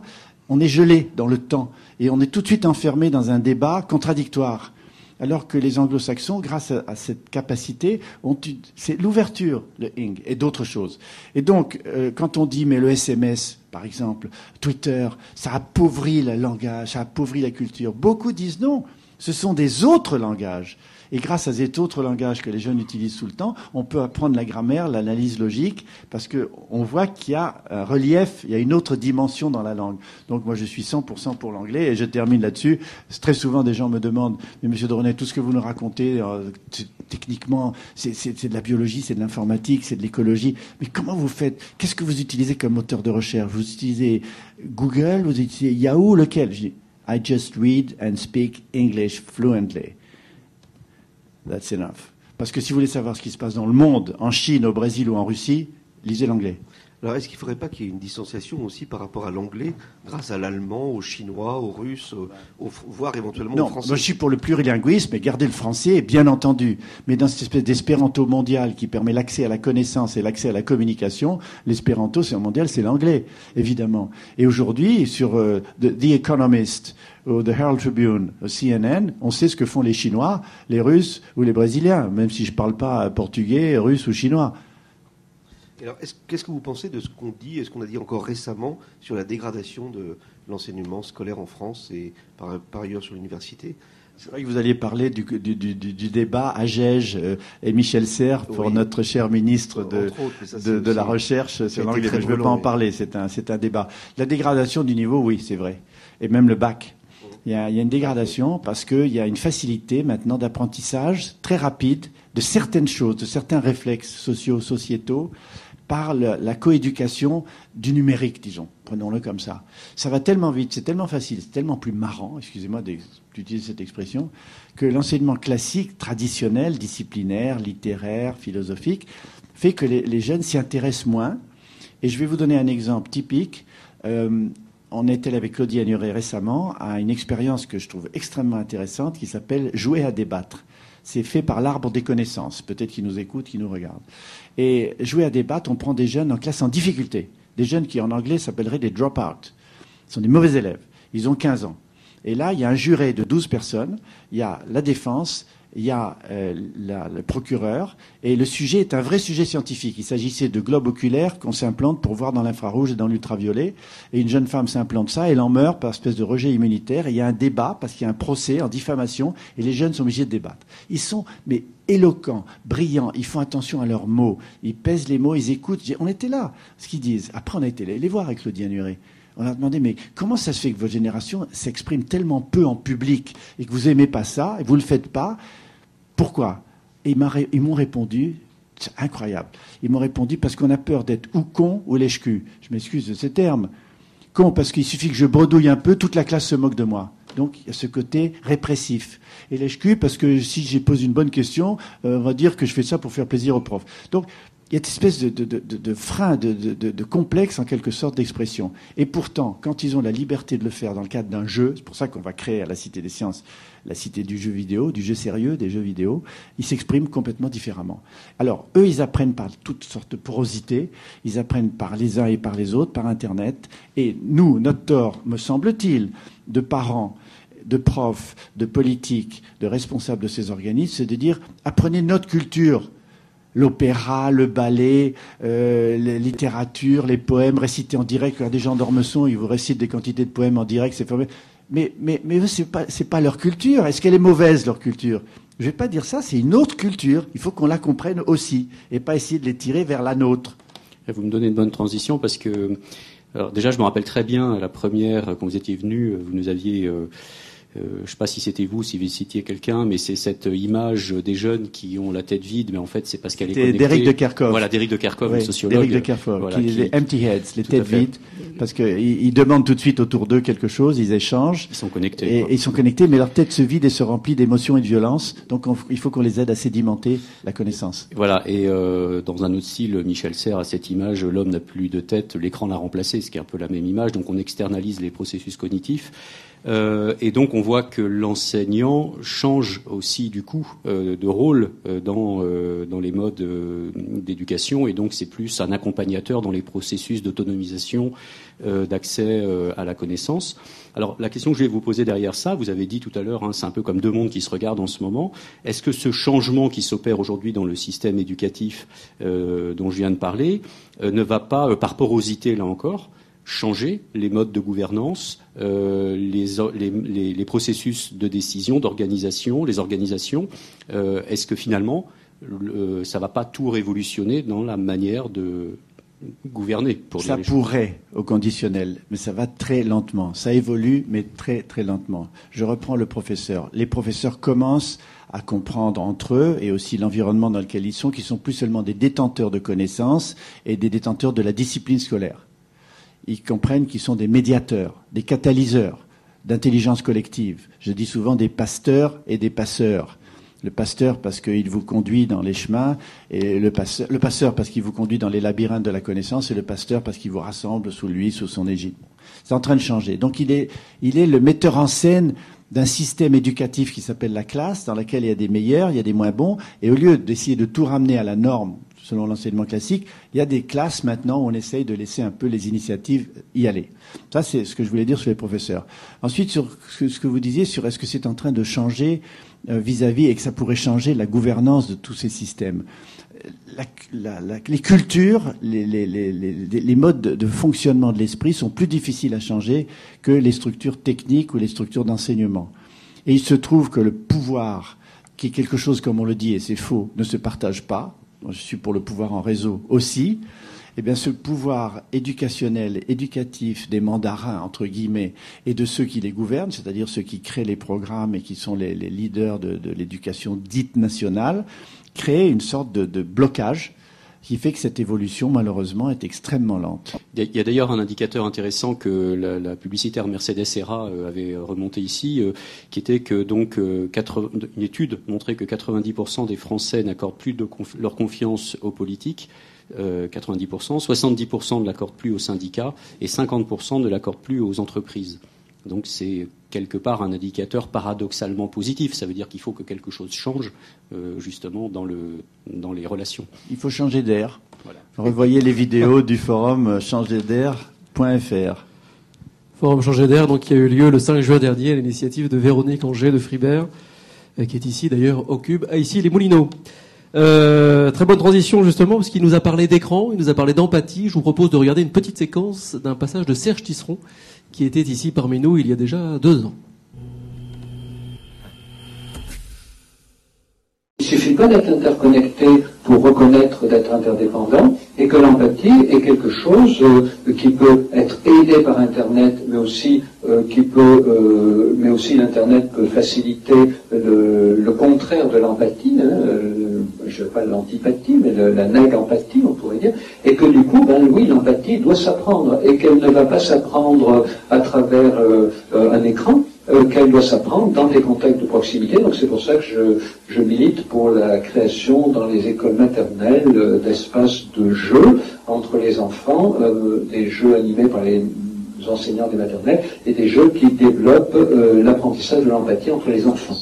on est gelé dans le temps et on est tout de suite enfermé dans un débat contradictoire. Alors que les anglo-saxons, grâce à, à cette capacité, ont eu, c'est l'ouverture, le ing, et d'autres choses. Et donc, euh, quand on dit, mais le S M S, par exemple, Twitter, ça appauvrit le langage, ça appauvrit la culture, beaucoup disent non, ce sont des autres langages. Et grâce à cet autre langage que les jeunes utilisent tout le temps, on peut apprendre la grammaire, l'analyse logique, parce que on voit qu'il y a un relief, il y a une autre dimension dans la langue. Donc moi, je suis cent pour cent pour l'anglais, et je termine là-dessus. Très souvent, des gens me demandent, mais Monsieur de René, tout ce que vous nous racontez, euh, techniquement, c'est, c'est, c'est de la biologie, c'est de l'informatique, c'est de l'écologie. Mais comment vous faites? Qu'est-ce que vous utilisez comme moteur de recherche? Vous utilisez Google, vous utilisez Yahoo, lequel? Je dis, I just read and speak English fluently. That's enough. Parce que si vous voulez savoir ce qui se passe dans le monde, en Chine, au Brésil ou en Russie, lisez l'anglais. Alors, est-ce qu'il ne faudrait pas qu'il y ait une distanciation aussi par rapport à l'anglais, grâce à l'allemand, au chinois, au russe, au, au, voire éventuellement non, au français? Moi, je suis pour le plurilinguisme et garder le français, bien entendu. Mais dans cette espèce d'espéranto mondial qui permet l'accès à la connaissance et l'accès à la communication, l'espéranto, c'est un mondial, c'est l'anglais, évidemment. Et aujourd'hui, sur euh, The, The Economist, ou The Herald Tribune, au C N N, on sait ce que font les Chinois, les Russes ou les Brésiliens, même si je ne parle pas portugais, russe ou chinois. Alors, est-ce, qu'est-ce que vous pensez de ce qu'on dit, et ce qu'on a dit encore récemment sur la dégradation de l'enseignement scolaire en France et par, par ailleurs sur l'université? C'est vrai que vous alliez parler du, du, du, du débat Agege euh, et Michel Serres pour oui. notre cher ministre de, autres, ça, de, de la Recherche sur l'anglais. Je ne veux pas en parler, c'est un, c'est un débat. La dégradation du niveau, oui, c'est vrai. Et même le bac. Il y a, il y a une dégradation parce qu'il y a une facilité maintenant d'apprentissage très rapide de certaines choses, de certains réflexes sociaux, sociétaux, par le, la coéducation du numérique, disons. Prenons-le comme ça. Ça va tellement vite, c'est tellement facile, c'est tellement plus marrant, excusez-moi d'utiliser cette expression, que l'enseignement classique, traditionnel, disciplinaire, littéraire, philosophique, fait que les, les jeunes s'y intéressent moins. Et je vais vous donner un exemple typique. Euh, on est allé avec Claudie Agnuret récemment à une expérience que je trouve extrêmement intéressante qui s'appelle « Jouer à débattre ». C'est fait par l'Arbre des connaissances, peut-être qui nous écoutent, qui nous regardent. Et jouer à débattre, on prend des jeunes en classe en difficulté. Des jeunes qui, en anglais, s'appelleraient des drop-out. Ce sont des mauvais élèves. Ils ont quinze ans. Et là, il y a un juré de douze personnes. Il y a la défense, il y a euh, la, le procureur. Et le sujet est un vrai sujet scientifique. Il s'agissait de globes oculaires qu'on s'implante pour voir dans l'infrarouge et dans l'ultraviolet. Et une jeune femme s'implante ça, elle en meurt par espèce de rejet immunitaire. Et il y a un débat parce qu'il y a un procès en diffamation. Et les jeunes sont obligés de débattre. Ils sont... mais éloquents, brillants, ils font attention à leurs mots, ils pèsent les mots, ils écoutent. On était là, ce qu'ils disent. Après, on a été les voir avec Claudie Agnuret. On a demandé, mais comment ça se fait que votre génération s'exprime tellement peu en public et que vous aimez pas ça et vous le faites pas? Pourquoi? Et ils m'ont répondu, c'est incroyable. Ils m'ont répondu parce qu'on a peur d'être ou con ou lèche-cul. Je m'excuse de ces termes. Con parce qu'il suffit que je bredouille un peu, toute la classe se moque de moi. Donc il y a ce côté répressif. Et lèche-cul parce que si j'ai posé une bonne question, euh, on va dire que je fais ça pour faire plaisir aux profs. Donc il y a cette espèce de, de, de, de frein, de, de, de complexe en quelque sorte d'expression. Et pourtant, quand ils ont la liberté de le faire dans le cadre d'un jeu, c'est pour ça qu'on va créer à la Cité des Sciences la Cité du jeu vidéo, du jeu sérieux, des jeux vidéo, ils s'expriment complètement différemment. Alors, eux, ils apprennent par toutes sortes de porosités, ils apprennent par les uns et par les autres, par Internet. Et nous, notre tort, me semble-t-il, de parents, de profs, de politiques, de responsables de ces organismes, c'est de dire, apprenez notre culture. L'opéra, le ballet, euh, la littérature, les poèmes récités en direct. Quand des gens d'Ormesson, ils vous récitent des quantités de poèmes en direct, c'est formidable. Mais, mais, mais eux, c'est pas, c'est pas leur culture. Est-ce qu'elle est mauvaise, leur culture? Je vais pas dire ça, c'est une autre culture. Il faut qu'on la comprenne aussi, et pas essayer de les tirer vers la nôtre. Et vous me donnez une bonne transition, parce que, alors déjà, je me rappelle très bien, la première, quand vous étiez venu, vous nous aviez, euh, Euh, je ne sais pas si c'était vous, si vous citiez quelqu'un, mais c'est cette image des jeunes qui ont la tête vide, mais en fait c'est parce qu'elle est connectée. D'Éric de Kerkhove. Voilà, d'Éric de Kerkhove, oui, le sociologue. D'Éric de Kerkhove, voilà, qui, qui, les empty heads, les têtes vides, parce qu'ils ils demandent tout de suite autour d'eux quelque chose, ils échangent. Ils sont connectés. Et, et ils sont connectés, mais leur tête se vide et se remplit d'émotions et de violence. Donc on, il faut qu'on les aide à sédimenter la connaissance. Voilà, et euh, dans un autre style, Michel Serres a cette image, l'homme n'a plus de tête, l'écran l'a remplacé, ce qui est un peu la même image, donc on externalise les processus cognitifs. Euh, et donc on voit que l'enseignant change aussi du coup euh, de rôle euh, dans, euh, dans les modes euh, d'éducation, et donc c'est plus un accompagnateur dans les processus d'autonomisation, euh, d'accès euh, à la connaissance. Alors la question que je vais vous poser derrière ça, vous avez dit tout à l'heure, hein, c'est un peu comme deux mondes qui se regardent en ce moment. Est-ce que ce changement qui s'opère aujourd'hui dans le système éducatif euh, dont je viens de parler euh, ne va pas, euh, par porosité là encore, changer les modes de gouvernance, euh, les, les, les, les processus de décision, d'organisation, les organisations. Euh, est-ce que finalement, le, ça ne va pas tout révolutionner dans la manière de gouverner pour Ça pourrait, au conditionnel, mais ça va très lentement. Ça évolue, mais très très lentement. Je reprends le professeur. Les professeurs commencent à comprendre entre eux, et aussi l'environnement dans lequel ils sont, qu'ils sont plus seulement des détenteurs de connaissances et des détenteurs de la discipline scolaire. Ils comprennent qu'ils sont des médiateurs, des catalyseurs d'intelligence collective. Je dis souvent des pasteurs et des passeurs. Le pasteur parce qu'il vous conduit dans les chemins, et le passeur, le passeur parce qu'il vous conduit dans les labyrinthes de la connaissance, et le pasteur parce qu'il vous rassemble sous lui, sous son égide. C'est en train de changer. Donc il est, il est le metteur en scène d'un système éducatif qui s'appelle la classe, dans laquelle il y a des meilleurs, il y a des moins bons, et au lieu d'essayer de tout ramener à la norme, selon l'enseignement classique, il y a des classes maintenant où on essaye de laisser un peu les initiatives y aller. Ça, c'est ce que je voulais dire sur les professeurs. Ensuite, sur ce que vous disiez sur est-ce que c'est en train de changer euh, vis-à-vis et que ça pourrait changer la gouvernance de tous ces systèmes. La, la, la, les cultures, les, les, les, les, les modes de, de fonctionnement de l'esprit sont plus difficiles à changer que les structures techniques ou les structures d'enseignement. Et il se trouve que le pouvoir, qui est quelque chose, comme on le dit, et c'est faux, ne se partage pas. Je suis pour le pouvoir en réseau aussi. Eh bien, ce pouvoir éducationnel, éducatif des mandarins, entre guillemets, et de ceux qui les gouvernent, c'est-à-dire ceux qui créent les programmes et qui sont les, les leaders de, de l'éducation dite nationale, crée une sorte de, de blocage qui fait que cette évolution, malheureusement, est extrêmement lente. Il y a d'ailleurs un indicateur intéressant que la, la publicitaire Mercedes Serra avait remonté ici, euh, qui était que donc euh, quatre-vingts, une étude montrait que quatre-vingt-dix pour cent des Français n'accordent plus de conf, leur confiance aux politiques, euh, quatre-vingt-dix pour cent, soixante-dix pour cent ne l'accordent plus aux syndicats et cinquante pour cent ne l'accordent plus aux entreprises. Donc c'est quelque part un indicateur paradoxalement positif. Ça veut dire qu'il faut que quelque chose change euh, justement dans, le, dans les relations. Il faut changer d'air. Voilà. Revoyez les vidéos du forum changer d'air point f r. Forum Changer d'air, donc, qui a eu lieu le cinq juin dernier à l'initiative de Véronique Anger de Fribert, euh, qui est ici d'ailleurs au Cube, à ici les Moulineaux. Euh, très bonne transition justement, parce qu'il nous a parlé d'écran, il nous a parlé d'empathie. Je vous propose de regarder une petite séquence d'un passage de Serge Tisseron, qui était ici parmi nous il y a déjà deux ans. Il ne suffit pas d'être interconnecté pour reconnaître d'être interdépendant, et que l'empathie est quelque chose euh, qui peut être aidé par Internet, mais aussi euh, qui peut, euh, mais aussi l'Internet peut faciliter le, le contraire de l'empathie, hein, euh, je ne veux pas l'antipathie, mais le, la nég-empathie, on pourrait dire, et que du coup, ben oui, l'empathie doit s'apprendre, et qu'elle ne va pas s'apprendre à travers euh, euh, un écran, Euh, qu'elle doit s'apprendre dans des contacts de proximité. Donc c'est pour ça que je, je milite pour la création dans les écoles maternelles euh, d'espaces de jeux entre les enfants, euh, des jeux animés par les enseignants des maternelles et des jeux qui développent euh, l'apprentissage de l'empathie entre les enfants.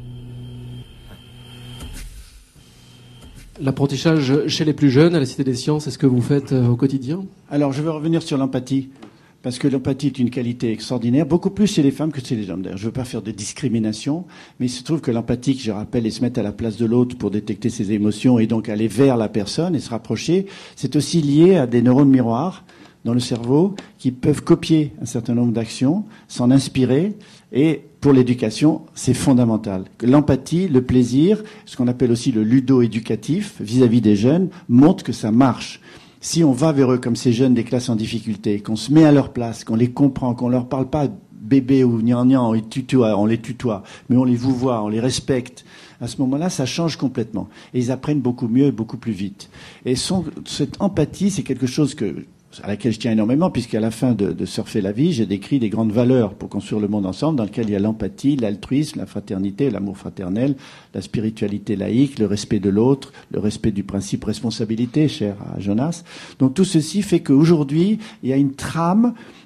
L'apprentissage chez les plus jeunes à la Cité des Sciences, est-ce que vous faites euh, au quotidien? Alors je vais revenir sur l'empathie. Parce que l'empathie est une qualité extraordinaire, beaucoup plus chez les femmes que chez les hommes. D'ailleurs, je ne veux pas faire de discrimination, mais il se trouve que l'empathie, je rappelle, est se mettre à la place de l'autre pour détecter ses émotions et donc aller vers la personne et se rapprocher, c'est aussi lié à des neurones miroirs dans le cerveau qui peuvent copier un certain nombre d'actions, s'en inspirer, et pour l'éducation, c'est fondamental. L'empathie, le plaisir, ce qu'on appelle aussi le ludo-éducatif vis-à-vis des jeunes, montre que ça marche. Si on va vers eux comme ces jeunes des classes en difficulté, qu'on se met à leur place, qu'on les comprend, qu'on leur parle pas bébé ou gnangnan, on les tutoie, on les tutoie, mais on les vouvoie, on les respecte, à ce moment-là, ça change complètement. Et ils apprennent beaucoup mieux et beaucoup plus vite. Et son, cette empathie, c'est quelque chose que, à laquelle je tiens énormément, puisqu'à la fin de, de Surfer la vie, j'ai décrit des grandes valeurs pour construire le monde ensemble, dans lequel il y a l'empathie, l'altruisme, la fraternité, l'amour fraternel, la spiritualité laïque, le respect de l'autre, le respect du principe responsabilité, cher à Jonas. Donc tout ceci fait qu'aujourd'hui, il y a une trame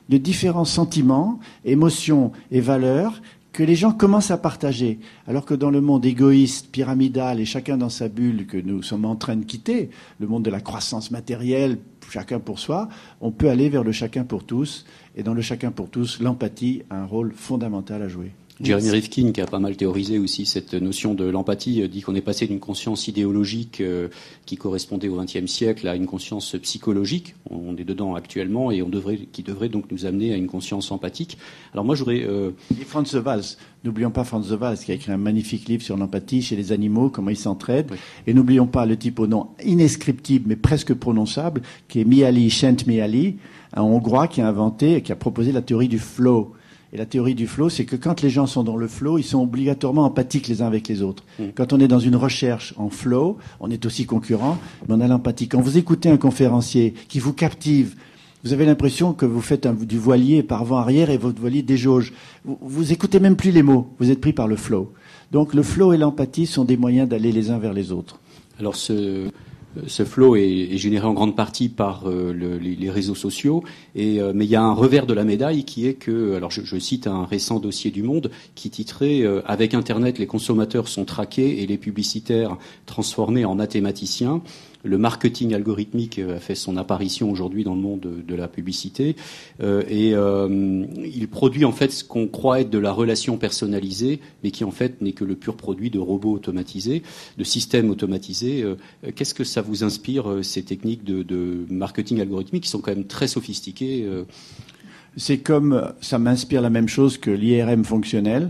de différents sentiments, émotions et valeurs que les gens commencent à partager. Alors que dans le monde égoïste, pyramidal et chacun dans sa bulle que nous sommes en train de quitter, le monde de la croissance matérielle, chacun pour soi, on peut aller vers le chacun pour tous. Et dans le chacun pour tous, l'empathie a un rôle fondamental à jouer. Jeremy Rifkin, qui a pas mal théorisé aussi cette notion de l'empathie, dit qu'on est passé d'une conscience idéologique euh, qui correspondait au vingtième siècle à une conscience psychologique. On est dedans actuellement et on devrait, qui devrait donc nous amener à une conscience empathique. Alors moi, je voudrais... Euh... Et Franz de Waals, n'oublions pas Franz de Waals, qui a écrit un magnifique livre sur l'empathie chez les animaux, comment ils s'entraident. Oui. Et n'oublions pas le type au nom inescriptible, mais presque prononçable, qui est Mihaly Csikszentmihalyi, un Hongrois qui a inventé, qui a proposé la théorie du flow. Et la théorie du flow, c'est que quand les gens sont dans le flow, ils sont obligatoirement empathiques les uns avec les autres. Mmh. Quand on est dans une recherche en flow, on est aussi concurrent, mais on a l'empathie. Quand vous écoutez un conférencier qui vous captive, vous avez l'impression que vous faites un, du voilier par avant-arrière et votre voilier déjauge. Vous, vous écoutez même plus les mots, vous êtes pris par le flow. Donc le flow et l'empathie sont des moyens d'aller les uns vers les autres. Alors ce... Ce flow est, est généré en grande partie par euh, le, les, les réseaux sociaux, et, euh, mais il y a un revers de la médaille qui est que, alors je, je cite un récent dossier du Monde qui titrait euh, « Avec Internet, les consommateurs sont traqués et les publicitaires transformés en mathématiciens ». Le marketing algorithmique a fait son apparition aujourd'hui dans le monde de, de la publicité euh, et euh, il produit en fait ce qu'on croit être de la relation personnalisée, mais qui en fait n'est que le pur produit de robots automatisés, de systèmes automatisés. Euh, qu'est-ce que ça vous inspire, euh, ces techniques de, de marketing algorithmique qui sont quand même très sophistiquées euh... C'est comme, ça m'inspire la même chose que l'I R M fonctionnel,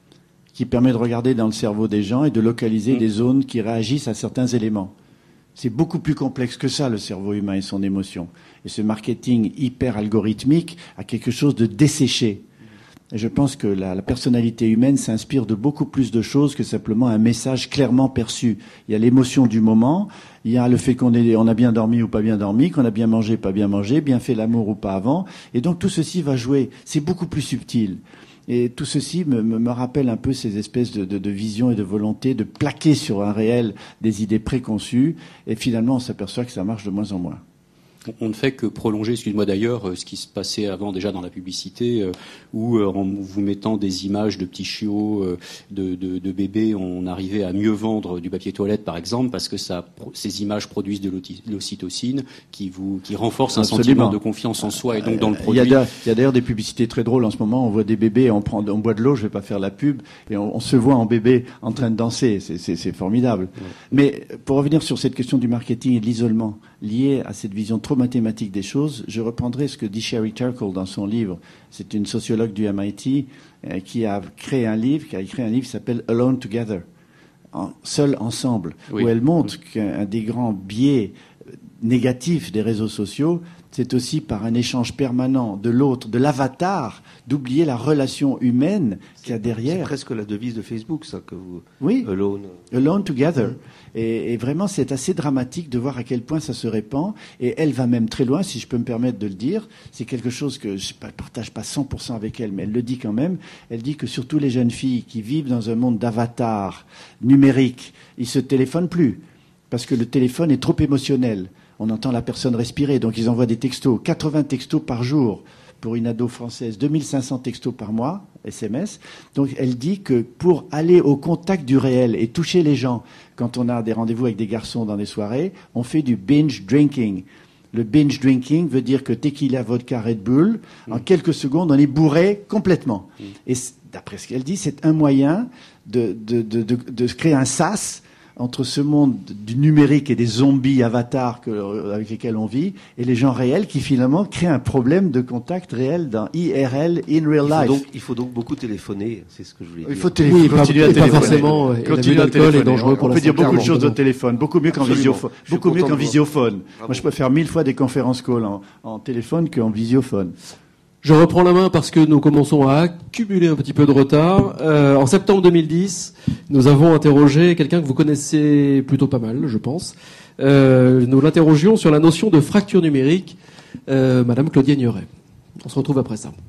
qui permet de regarder dans le cerveau des gens et de localiser mmh. des zones qui réagissent à certains éléments. C'est beaucoup plus complexe que ça, le cerveau humain et son émotion. Et ce marketing hyper algorithmique a quelque chose de desséché. Et je pense que la, la personnalité humaine s'inspire de beaucoup plus de choses que simplement un message clairement perçu. Il y a l'émotion du moment, il y a le fait qu'on est, on a bien dormi ou pas bien dormi, qu'on a bien mangé, pas bien mangé, bien fait l'amour ou pas avant. Et donc tout ceci va jouer. C'est beaucoup plus subtil. Et tout ceci me, me rappelle un peu ces espèces de, de, de visions et de volonté de plaquer sur un réel des idées préconçues. Et finalement, on s'aperçoit que ça marche de moins en moins. On ne fait que prolonger, excuse-moi d'ailleurs, ce qui se passait avant déjà dans la publicité, euh, où euh, en vous mettant des images de petits chiots, euh, de, de, de bébés, on arrivait à mieux vendre du papier toilette, par exemple, parce que ça, ces images produisent de l'ocytocine qui vous, qui renforce un Absolument. sentiment de confiance en soi et donc dans le produit. Il y a, il y a d'ailleurs des publicités très drôles en ce moment. On voit des bébés, on prend, on boit de l'eau. Je vais pas faire la pub, et on, on se voit en bébé en train de danser. C'est, c'est, c'est formidable. Ouais. Mais pour revenir sur cette question du marketing et de l'isolement lié à cette vision trop mathématique des choses, je reprendrai ce que dit Sherry Turkle dans son livre. C'est une sociologue du M I T euh, qui a créé un livre, qui a écrit un livre qui s'appelle Alone Together, en, Seul ensemble, oui. où elle montre oui. qu'un des grands biais négatifs des réseaux sociaux, c'est aussi par un échange permanent de l'autre, de l'avatar, d'oublier la relation humaine qu'il y a derrière. C'est presque la devise de Facebook, ça, que vous... Oui, Alone, Alone Together. Et, et vraiment, c'est assez dramatique de voir à quel point ça se répand. Et elle va même très loin, si je peux me permettre de le dire. C'est quelque chose que je ne partage pas cent pour cent avec elle, mais elle le dit quand même. Elle dit que surtout les jeunes filles qui vivent dans un monde d'avatar numérique, ils se téléphonent plus, parce que le téléphone est trop émotionnel. On entend la personne respirer, donc ils envoient des textos, quatre-vingts textos par jour pour une ado française, deux mille cinq cents textos par mois, S M S. Donc elle dit que pour aller au contact du réel et toucher les gens, quand on a des rendez-vous avec des garçons dans des soirées, on fait du binge drinking. Le binge drinking veut dire que tequila, vodka, Red Bull, mmh. en quelques secondes, on est bourré complètement. Mmh. Et d'après ce qu'elle dit, c'est un moyen de, de, de, de, de créer un sas entre ce monde du numérique et des zombies avatars que, avec lesquels on vit, et les gens réels qui finalement créent un problème de contact réel dans I R L, in real il life. Donc, il faut donc beaucoup téléphoner, c'est ce que je voulais dire. Il faut téléphoner, oui, continuer pas, à téléphoner. Pas forcément, ouais. Continuer à téléphoner. Est dangereux pour on la peut dire beaucoup de choses au téléphone, beaucoup mieux qu'en visiophone. Beaucoup mieux qu'en visiophone. Moi, je préfère mille fois des conférences call en, en téléphone qu'en visiophone. Je reprends la main parce que nous commençons à accumuler un petit peu de retard. Euh, en septembre deux mille dix, nous avons interrogé quelqu'un que vous connaissez plutôt pas mal, je pense. Euh, nous l'interrogions sur la notion de fracture numérique, euh, Madame Claudia Ignoret. On se retrouve après ça.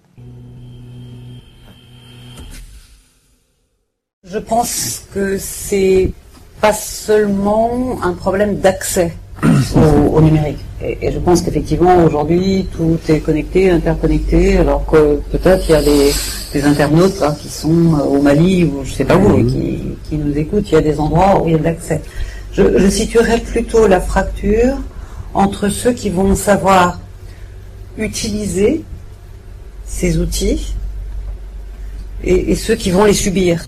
Je pense que c'est pas seulement un problème d'accès. au, au numérique. Et, et je pense qu'effectivement, aujourd'hui, tout est connecté, interconnecté, alors que peut-être il y a des, des internautes là, qui sont au Mali, ou je sais pas où, et qui, qui nous écoutent. Il y a des endroits où il y a de l'accès. Je, je situerais plutôt la fracture entre ceux qui vont savoir utiliser ces outils et, et ceux qui vont les subir.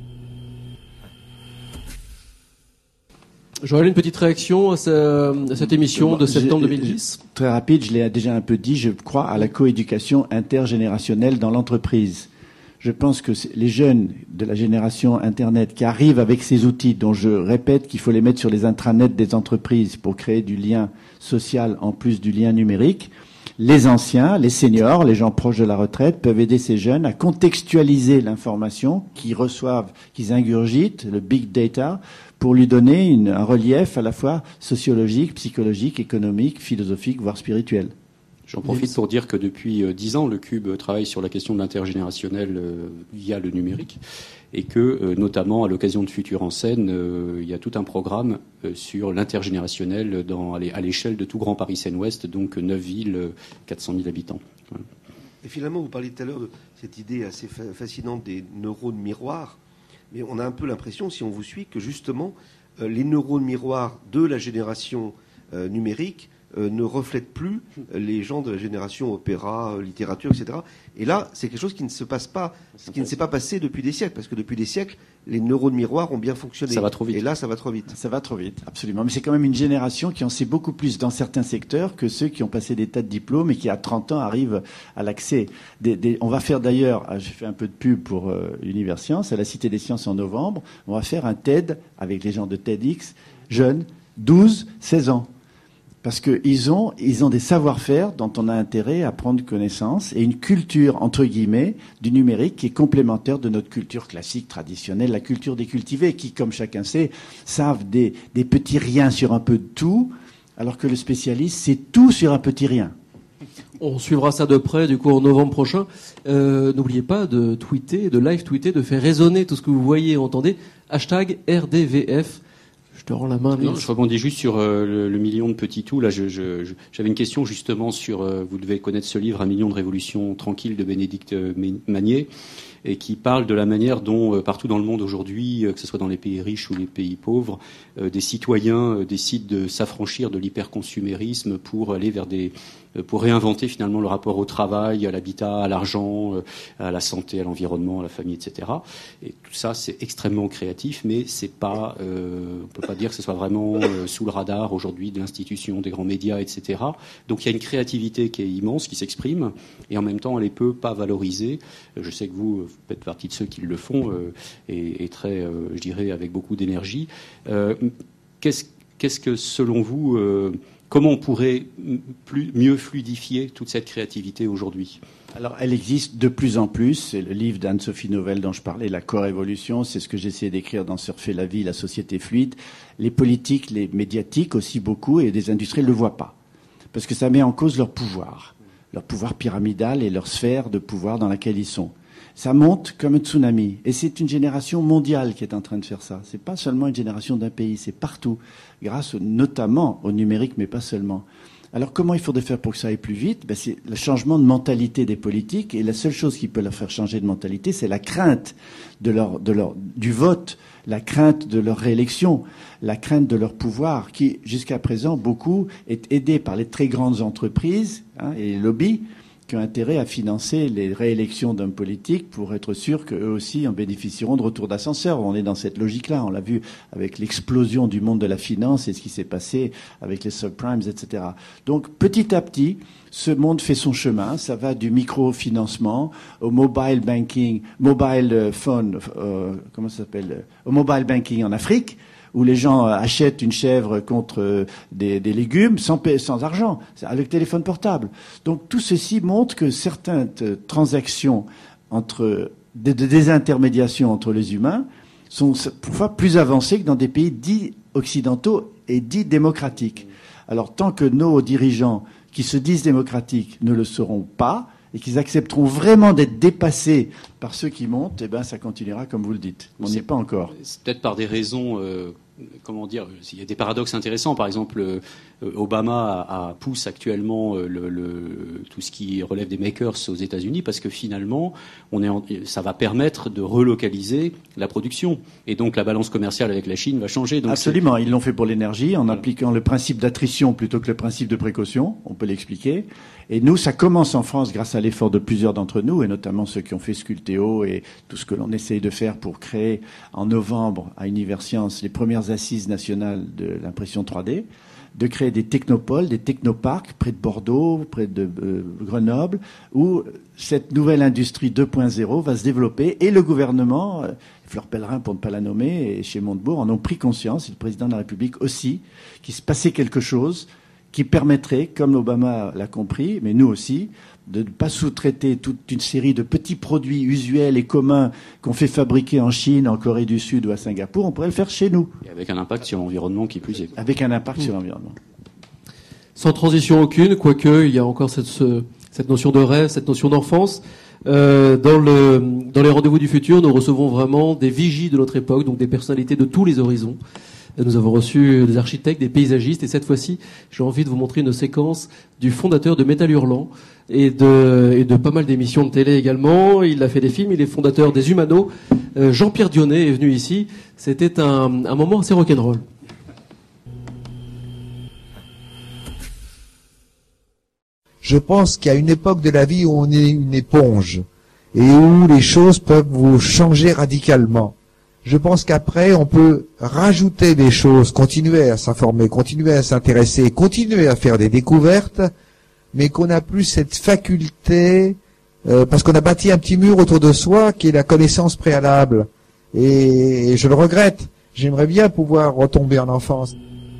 J'aurais une petite réaction à, ce, à cette émission de septembre deux mille dix. Très rapide, je l'ai déjà un peu dit, je crois à la coéducation intergénérationnelle dans l'entreprise. Je pense que les jeunes de la génération Internet qui arrivent avec ces outils, dont je répète qu'il faut les mettre sur les intranets des entreprises pour créer du lien social en plus du lien numérique, les anciens, les seniors, les gens proches de la retraite peuvent aider ces jeunes à contextualiser l'information qu'ils reçoivent, qu'ils ingurgitent, le big data, pour lui donner une, un relief à la fois sociologique, psychologique, économique, philosophique, voire spirituel. J'en profite pour dire que depuis dix ans, le Cube travaille sur la question de l'intergénérationnel euh, via le numérique et que, euh, notamment à l'occasion de Futur en scène, euh, il y a tout un programme euh, sur l'intergénérationnel dans, à l'échelle de tout Grand Paris Seine-Ouest, donc neuf villes, quatre cent mille habitants. Voilà. Et finalement, vous parliez tout à l'heure de cette idée assez fa- fascinante des neurones miroirs, mais on a un peu l'impression, si on vous suit, que justement, euh, les neurones miroirs de la génération euh, numérique Euh, ne reflètent plus les gens de la génération opéra, euh, littérature, et cetera. Et là, c'est quelque chose qui ne se passe pas, qui ne s'est pas passé depuis des siècles, parce que depuis des siècles, les neurones miroirs ont bien fonctionné. Ça va trop vite. Et là, ça va trop vite. Ça va trop vite, absolument. Mais c'est quand même une génération qui en sait beaucoup plus dans certains secteurs que ceux qui ont passé des tas de diplômes et qui, à trente ans, arrivent à l'accès. Des, des, on va faire d'ailleurs, j'ai fait un peu de pub pour euh, Universcience, à la Cité des Sciences en novembre, on va faire un TED avec les gens de TEDx, jeunes, douze, seize ans. Parce qu'ils ont, ils ont des savoir-faire dont on a intérêt à prendre connaissance et une culture, entre guillemets, du numérique qui est complémentaire de notre culture classique, traditionnelle, la culture des cultivés, qui, comme chacun sait, savent des, des petits riens sur un peu de tout, alors que le spécialiste, c'est tout sur un petit rien. On suivra ça de près, du coup, en novembre prochain. Euh, n'oubliez pas de tweeter, de live tweeter, de faire résonner tout ce que vous voyez et entendez. Hashtag R D V F. Je te rends la main. Non, je rebondis juste sur euh, le, le million de petits tout. Là, je, je, je, j'avais une question justement sur. Euh, vous devez connaître ce livre, Un million de révolutions tranquilles de Bénédicte Magnier, et qui parle de la manière dont euh, partout dans le monde aujourd'hui, euh, que ce soit dans les pays riches ou les pays pauvres, euh, des citoyens euh, décident de s'affranchir de l'hyperconsumérisme pour aller vers des pour réinventer finalement le rapport au travail, à l'habitat, à l'argent, à la santé, à l'environnement, à la famille, et cetera. Et tout ça, c'est extrêmement créatif, mais c'est pas, euh, on peut pas dire que ce soit vraiment euh, sous le radar aujourd'hui de l'institution, des grands médias, et cetera. Donc il y a une créativité qui est immense, qui s'exprime, et en même temps, elle est peu pas valorisée. Je sais que vous, vous faites partie de ceux qui le font, euh, et, et très, euh, je dirais, avec beaucoup d'énergie. Euh, qu'est-ce, qu'est-ce que, selon vous, euh, comment on pourrait plus, mieux fluidifier toute cette créativité aujourd'hui ? Alors, elle existe de plus en plus. C'est le livre d'Anne-Sophie Novelle dont je parlais, La co-révolution. C'est ce que j'essayais d'écrire dans Surfer la vie, la société fluide. Les politiques, les médiatiques aussi beaucoup, et les industriels ne le voient pas. Parce que ça met en cause leur pouvoir, leur pouvoir pyramidal et leur sphère de pouvoir dans laquelle ils sont. Ça monte comme un tsunami. Et c'est une génération mondiale qui est en train de faire ça. C'est pas seulement une génération d'un pays, c'est partout. Grâce notamment au numérique, mais pas seulement. Alors comment il faudrait faire pour que ça aille plus vite ? Ben, c'est le changement de mentalité des politiques. Et la seule chose qui peut leur faire changer de mentalité, c'est la crainte de leur, de leur, du vote, la crainte de leur réélection, la crainte de leur pouvoir, qui jusqu'à présent, beaucoup, est aidé par les très grandes entreprises hein, et les lobbies, qui ont intérêt à financer les réélections d'hommes politiques pour être sûr qu'eux aussi en bénéficieront de retour d'ascenseur. On est dans cette logique-là. On l'a vu avec l'explosion du monde de la finance et ce qui s'est passé avec les subprimes, et cetera. Donc, petit à petit, ce monde fait son chemin. Ça va du microfinancement au mobile banking, mobile phone, euh, comment ça s'appelle, au mobile banking en Afrique, où les gens achètent une chèvre contre des, des légumes sans, sans argent, avec téléphone portable. Donc tout ceci montre que certaines transactions entre de, de désintermédiation entre les humains sont parfois plus avancées que dans des pays dits occidentaux et dits démocratiques. Alors tant que nos dirigeants qui se disent démocratiques ne le seront pas, et qu'ils accepteront vraiment d'être dépassés par ceux qui montent, eh ben ça continuera comme vous le dites. On n'y est pas encore. C'est peut-être par des raisons, euh, comment dire, il y a des paradoxes intéressants. Par exemple, Euh, Obama a, a pousse actuellement euh, le, le, tout ce qui relève des makers aux États-Unis parce que finalement, on est en, ça va permettre de relocaliser la production. Et donc la balance commerciale avec la Chine va changer. Donc absolument, ils l'ont fait pour l'énergie en appliquant le principe d'attrition plutôt que le principe de précaution, on peut l'expliquer. Et nous, ça commence en France grâce à l'effort de plusieurs d'entre nous, et notamment ceux qui ont fait Sculpteo et tout ce que l'on essaye de faire pour créer en novembre à Universcience les premières assises nationales de l'impression trois D, de créer des technopoles, des technoparcs près de Bordeaux, près de euh, Grenoble, où cette nouvelle industrie deux point zéro va se développer, et le gouvernement, euh, Fleur Pellerin pour ne pas la nommer, et chez Montebourg en ont pris conscience, et le président de la République aussi, qu'il se passait quelque chose qui permettrait, comme Obama l'a compris, mais nous aussi, de ne pas sous-traiter toute une série de petits produits usuels et communs qu'on fait fabriquer en Chine, en Corée du Sud ou à Singapour, on pourrait le faire chez nous. Et avec un impact sur l'environnement qui plus est. Avec un impact mmh. sur l'environnement. Sans transition aucune, quoique il y a encore cette, ce, cette notion de rêve, cette notion d'enfance. Euh, dans, le, dans les rendez-vous du futur, nous recevons vraiment des vigies de notre époque, donc des personnalités de tous les horizons. Nous avons reçu des architectes, des paysagistes, et cette fois-ci, j'ai envie de vous montrer une séquence du fondateur de Métal Hurlant et de, et de pas mal d'émissions de télé également. Il a fait des films, il est fondateur des Humano. Euh, Jean-Pierre Dionnet est venu ici. C'était un, un moment assez rock'n'roll. Je pense qu'il y a une époque de la vie où on est une éponge et où les choses peuvent vous changer radicalement. Je pense qu'après, on peut rajouter des choses, continuer à s'informer, continuer à s'intéresser, continuer à faire des découvertes, mais qu'on n'a plus cette faculté, euh, parce qu'on a bâti un petit mur autour de soi qui est la connaissance préalable. Et, et je le regrette. J'aimerais bien pouvoir retomber en enfance.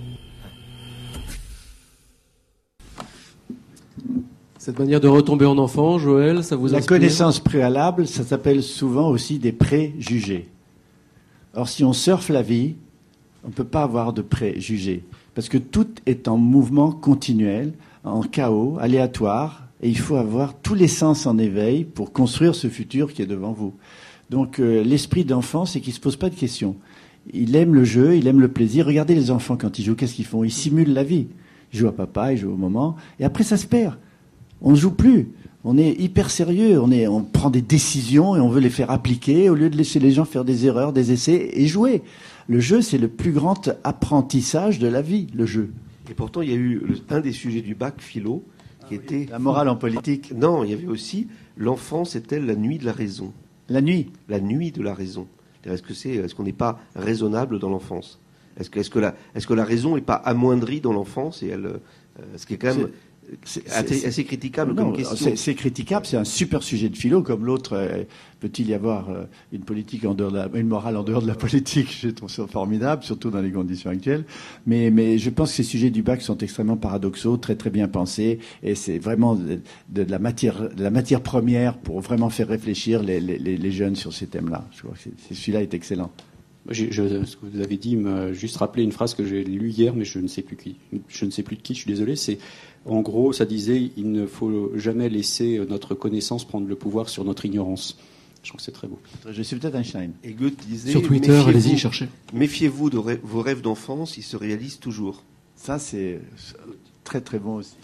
Cette manière de retomber en enfant, Joël, ça vous inspire ? La connaissance préalable, ça s'appelle souvent aussi des préjugés. Or, si on surfe la vie, on ne peut pas avoir de préjugés. Parce que tout est en mouvement continuel, en chaos, aléatoire, et il faut avoir tous les sens en éveil pour construire ce futur qui est devant vous. Donc, euh, l'esprit d'enfant, c'est qu'il ne se pose pas de questions. Il aime le jeu, il aime le plaisir. Regardez les enfants quand ils jouent, qu'est-ce qu'ils font ? Ils simulent la vie. Ils jouent à papa, ils jouent au moment, et après ça se perd. On ne joue plus. On est hyper sérieux, on, est, on prend des décisions et on veut les faire appliquer au lieu de laisser les gens faire des erreurs, des essais et jouer. Le jeu, c'est le plus grand apprentissage de la vie, le jeu. Et pourtant, il y a eu un des sujets du bac philo qui ah, était... La morale en politique. Non, il y avait aussi l'enfance est-elle la nuit de la raison ? La nuit. La nuit de la raison. Est-ce que c'est, est-ce qu'on n'est pas raisonnable dans l'enfance ? Est-ce que, est-ce que la, est-ce que la raison n'est pas amoindrie dans l'enfance et elle, euh, ce qui est quand même... C'est assez, assez critiquable non, comme question. C'est, c'est critiquable, c'est un super sujet de philo, comme l'autre. Euh, peut-il y avoir euh, une politique en dehors de la, une morale en dehors de la politique ? Je trouve ça formidable, surtout dans les conditions actuelles. Mais, mais je pense que ces sujets du bac sont extrêmement paradoxaux, très très bien pensés, et c'est vraiment de, de la matière, de la matière première pour vraiment faire réfléchir les, les, les jeunes sur ces thèmes-là. Je crois que c'est, celui-là est excellent. Je, je, ce que vous avez dit m'a juste rappelé une phrase que j'ai lue hier, mais je ne sais plus qui. Je ne sais plus de qui. Je suis désolé. C'est en gros, ça disait il ne faut jamais laisser notre connaissance prendre le pouvoir sur notre ignorance. Je trouve que c'est très beau. Je suis peut-être Einstein. Et Goethe disait sur Twitter, allez-y cherchez. Méfiez-vous de rê- vos rêves d'enfance, ils se réalisent toujours. Ça, c'est très très bon aussi.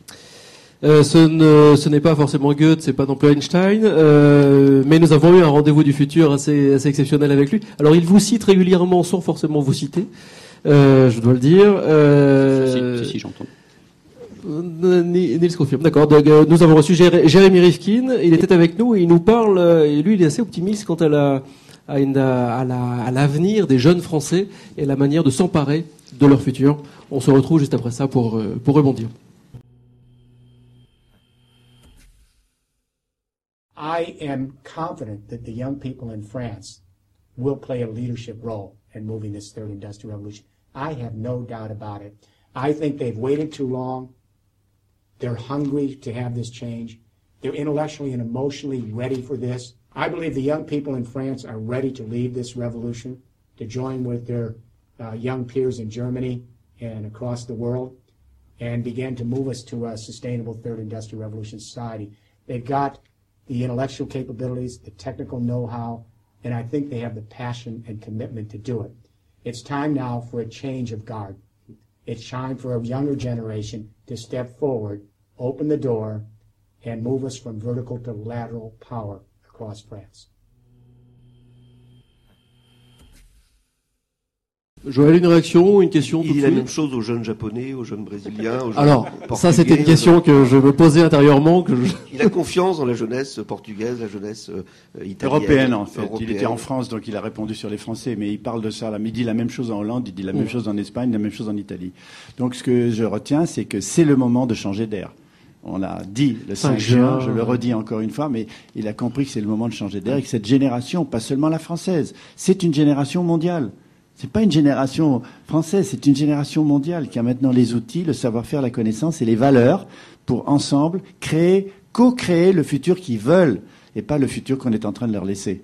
Euh, ce, ne, ce n'est pas forcément Goethe, c'est pas non plus Einstein, euh, mais nous avons eu un rendez-vous du futur assez, assez exceptionnel avec lui. Alors il vous cite régulièrement sans forcément vous citer, euh, je dois le dire. Euh, si, si, si, j'entends. Nils confirme, d'accord. Donc, euh, nous avons reçu Jéré- Jérémy Rifkin, il était avec nous et il nous parle, euh, et lui il est assez optimiste quant à, la, à, une, à, la, à l'avenir des jeunes Français et la manière de s'emparer de leur futur. On se retrouve juste après ça pour, euh, pour rebondir. I am confident that the young people in France will play a leadership role in moving this third industrial revolution. I have no doubt about it. I think they've waited too long. They're hungry to have this change. They're intellectually and emotionally ready for this. I believe the young people in France are ready to lead this revolution, to join with their uh, young peers in Germany and across the world, and begin to move us to a sustainable third industrial revolution society. They've got the intellectual capabilities, the technical know-how, and I think they have the passion and commitment to do it. It's time now for a change of guard. It's time for a younger generation to step forward, open the door, and move us from vertical to lateral power across France. Joël, une réaction, une question tout Il dit de la suite même chose aux jeunes japonais, aux jeunes brésiliens, aux jeunes Alors, portugais, ça c'était une aux question jeunes- que je me posais intérieurement. Que je... Il a confiance dans la jeunesse portugaise, la jeunesse euh, italienne. Européenne, en fait. européenne. Il était en France, donc il a répondu sur les Français, mais il parle de ça. Là. Mais il dit la même chose en Hollande, il dit la même Mm. chose en Espagne, la même chose en Italie. Donc ce que je retiens, c'est que c'est le moment de changer d'air. On l'a dit le cinq juin, je le redis encore une fois, mais il a compris que c'est le moment de changer d'air et que cette génération, pas seulement la française, c'est une génération mondiale. C'est pas une génération française, c'est une génération mondiale qui a maintenant les outils, le savoir-faire, la connaissance et les valeurs pour ensemble créer, co-créer le futur qu'ils veulent et pas le futur qu'on est en train de leur laisser.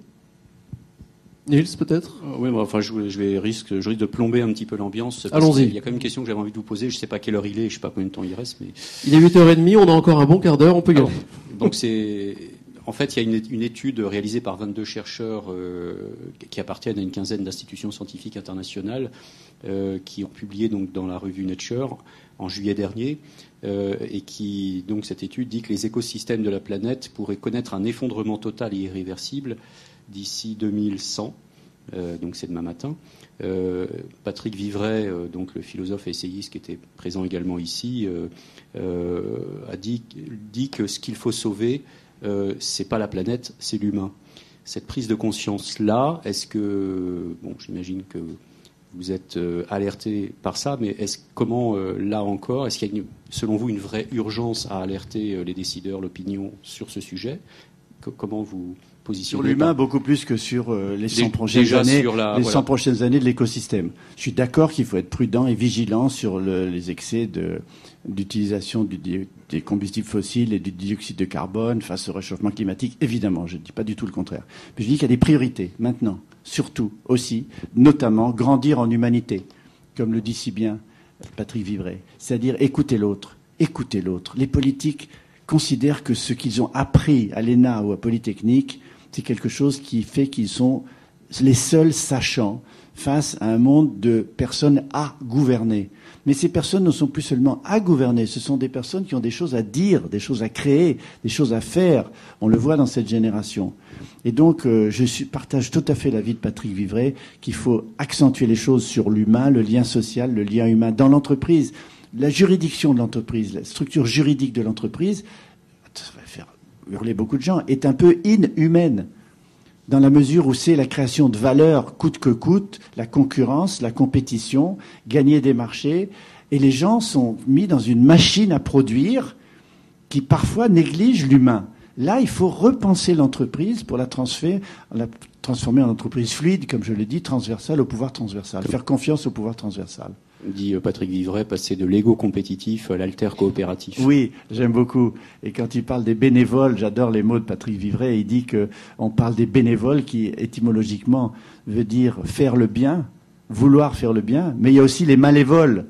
Nils, peut-être Euh, Oui, bah, enfin, je, je vais risque, je risque de plomber un petit peu l'ambiance. parce Allons-y. qu'il y a quand même une question que j'avais envie de vous poser. Je sais pas quelle heure il est, je sais pas combien de temps il reste, mais Il est huit heures trente, on a encore un bon quart d'heure, on peut y aller. donc c'est, en fait, il y a une, une étude réalisée par vingt-deux chercheurs euh, qui appartiennent à une quinzaine d'institutions scientifiques internationales euh, qui ont publié donc dans la revue Nature en juillet dernier euh, et qui donc cette étude dit que les écosystèmes de la planète pourraient connaître un effondrement total et irréversible d'ici deux mille cent. Euh, donc c'est demain matin. Euh, Patrick Vivray, euh, donc le philosophe et essayiste qui était présent également ici, euh, euh, a dit, dit que ce qu'il faut sauver, euh, c'est pas la planète, c'est l'humain. Cette prise de conscience là, est-ce que, bon, j'imagine que vous êtes euh, alerté par ça, mais est-ce comment euh, là encore, est-ce qu'il y a une, selon vous une vraie urgence à alerter euh, les décideurs, l'opinion sur ce sujet? Que, comment vous Sur l'humain, beaucoup plus que sur euh, les cent Dé- prochaines déjà années, sur la- les voilà. cent prochaines années de l'écosystème. Je suis d'accord qu'il faut être prudent et vigilant sur le, les excès de, d'utilisation du, di- des combustibles fossiles et du dioxyde de carbone face au réchauffement climatique. Évidemment, je ne dis pas du tout le contraire. Mais je dis qu'il y a des priorités maintenant, surtout aussi, notamment grandir en humanité, comme le dit si bien Patrick Vivray. C'est-à-dire écouter l'autre, écouter l'autre. Les politiques considèrent que ce qu'ils ont appris à l'E N A ou à Polytechnique, c'est quelque chose qui fait qu'ils sont les seuls sachants face à un monde de personnes à gouverner. Mais ces personnes ne sont plus seulement à gouverner, ce sont des personnes qui ont des choses à dire, des choses à créer, des choses à faire. On le voit dans cette génération. Et donc, euh, je suis, partage tout à fait l'avis de Patrick Vivray qu'il faut accentuer les choses sur l'humain, le lien social, le lien humain dans l'entreprise. La juridiction de l'entreprise, la structure juridique de l'entreprise, ça va faire hurler beaucoup de gens, est un peu inhumaine, dans la mesure où c'est la création de valeur coûte que coûte, la concurrence, la compétition, gagner des marchés, et les gens sont mis dans une machine à produire qui parfois néglige l'humain. Là, il faut repenser l'entreprise pour la transformer, la transformer en entreprise fluide, comme je l'ai dit, transversale au pouvoir transversal, faire confiance au pouvoir transversal. Dit Patrick Vivray, passer de l'ego compétitif à l'alter coopératif. Oui, j'aime beaucoup. Et quand il parle des bénévoles, j'adore les mots de Patrick Vivray. Il dit que on parle des bénévoles qui, étymologiquement, veut dire faire le bien, vouloir faire le bien. Mais il y a aussi les malévoles.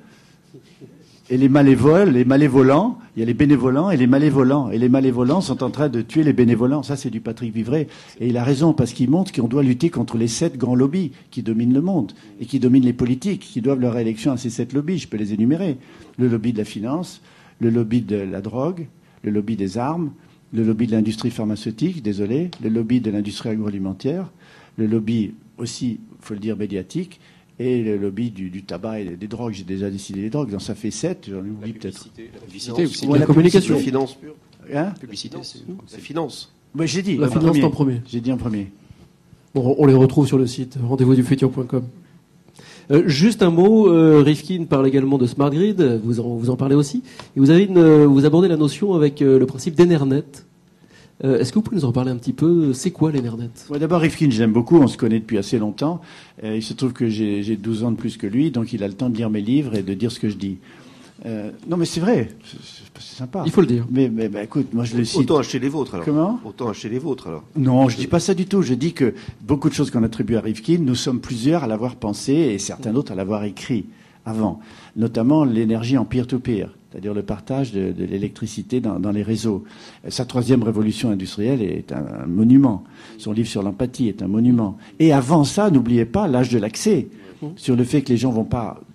Et les malévoles, les malévolants, il y a les bénévolants et les malévolants. Et les malévolants sont en train de tuer les bénévolants. Ça, c'est du Patrick Vivray. Et il a raison, parce qu'il montre qu'on doit lutter contre les sept grands lobbies qui dominent le monde et qui dominent les politiques, qui doivent leur élection à ces sept lobbies. Je peux les énumérer. Le lobby de la finance, le lobby de la drogue, le lobby des armes, le lobby de l'industrie pharmaceutique, désolé, le lobby de l'industrie agroalimentaire, le lobby aussi, il faut le dire, médiatique, et le lobby du, du tabac et des drogues. J'ai déjà décidé les drogues, donc ça fait sept, j'en oublie peut-être. La publicité aussi. Ouais, la communication. La finance pure. Hein La publicité, c'est La finance. bah, j'ai dit La en finance premier. en premier. J'ai dit en premier. Bon, on les retrouve sur le site rendez-vous du futur point com. Euh, juste un mot, euh, Rifkin parle également de Smart Grid, vous en, vous en parlez aussi, et vous, avez une, euh, vous abordez la notion avec euh, le principe d'Enernet. Euh, est-ce que vous pouvez nous en parler un petit peu? C'est quoi l'Enernet? Ouais, d'abord, Rifkin, je l'aime beaucoup, on se connaît depuis assez longtemps. Euh, il se trouve que j'ai, j'ai douze ans de plus que lui, donc il a le temps de lire mes livres et de dire ce que je dis. Euh, non, mais c'est vrai, c'est, c'est sympa. Il faut le dire. Mais, mais bah, écoute, moi je le cite. Autant acheter les vôtres alors. Comment? Autant acheter les vôtres alors. Non, je dis pas ça du tout. Je dis que beaucoup de choses qu'on attribue à Rifkin, nous sommes plusieurs à l'avoir pensé et certains d'autres à l'avoir écrit avant. Notamment l'énergie en peer-to-peer, c'est-à-dire le partage de, de l'électricité dans, dans les réseaux. Sa troisième révolution industrielle est un, un monument. Son livre sur l'empathie est un monument. Et avant ça, n'oubliez pas l'âge de l'accès, sur le fait que les gens vont pas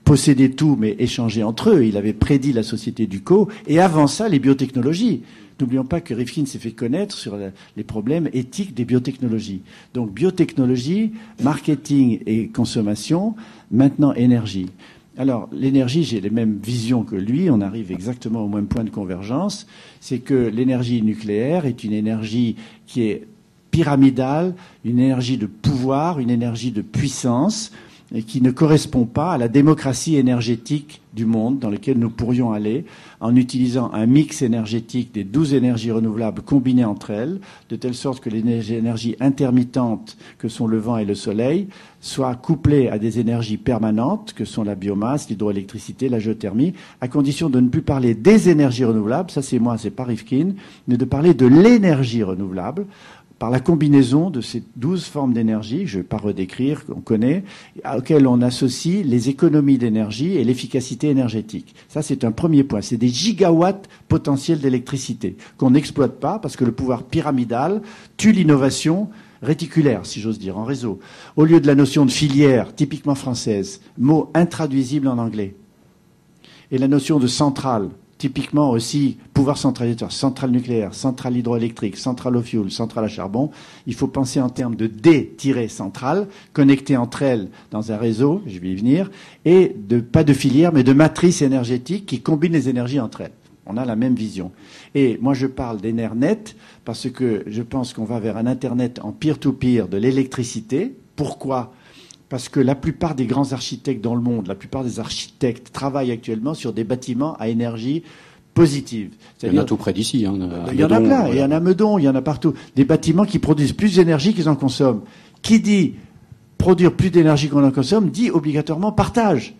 posséder tout, mais échanger entre eux. Il avait prédit la société du co, et avant ça, les biotechnologies. N'oublions pas que Rifkin s'est fait connaître sur les problèmes éthiques des biotechnologies. Donc biotechnologie, marketing et consommation, maintenant énergie. Alors l'énergie, j'ai les mêmes visions que lui, on arrive exactement au même point de convergence, c'est que l'énergie nucléaire est une énergie qui est pyramidale, une énergie de pouvoir, une énergie de puissance, et qui ne correspond pas à la démocratie énergétique du monde dans lequel nous pourrions aller en utilisant un mix énergétique des douze énergies renouvelables combinées entre elles, de telle sorte que les énergies intermittentes que sont le vent et le soleil soient couplées à des énergies permanentes que sont la biomasse, l'hydroélectricité, la géothermie, à condition de ne plus parler des énergies renouvelables, ça c'est moi, c'est pas Rifkin, mais de parler de l'énergie renouvelable, par la combinaison de ces douze formes d'énergie, je ne vais pas redécrire, qu'on connaît, auxquelles on associe les économies d'énergie et l'efficacité énergétique. Ça, c'est un premier point. C'est des gigawatts potentiels d'électricité qu'on n'exploite pas parce que le pouvoir pyramidal tue l'innovation réticulaire, si j'ose dire, en réseau. Au lieu de la notion de filière, typiquement française, mot intraduisible en anglais, et la notion de centrale, typiquement aussi pouvoir centralisateur, centrale nucléaire, centrale hydroélectrique, centrale au fioul, centrale à charbon, il faut penser en termes de D-centrale, connectées entre elles dans un réseau, je vais y venir, et de, pas de filière, mais de matrice énergétique qui combine les énergies entre elles. On a la même vision. Et moi, je parle d'Enernet parce que je pense qu'on va vers un Internet en peer-to-peer de l'électricité. Pourquoi ? Parce que la plupart des grands architectes dans le monde, la plupart des architectes travaillent actuellement sur des bâtiments à énergie positive. Il y en a tout près d'ici. Hein, il y en a plein, il y en a à Meudon, il y en a partout. Des bâtiments qui produisent plus d'énergie qu'ils en consomment. Qui dit produire plus d'énergie qu'on en consomme, dit obligatoirement partage.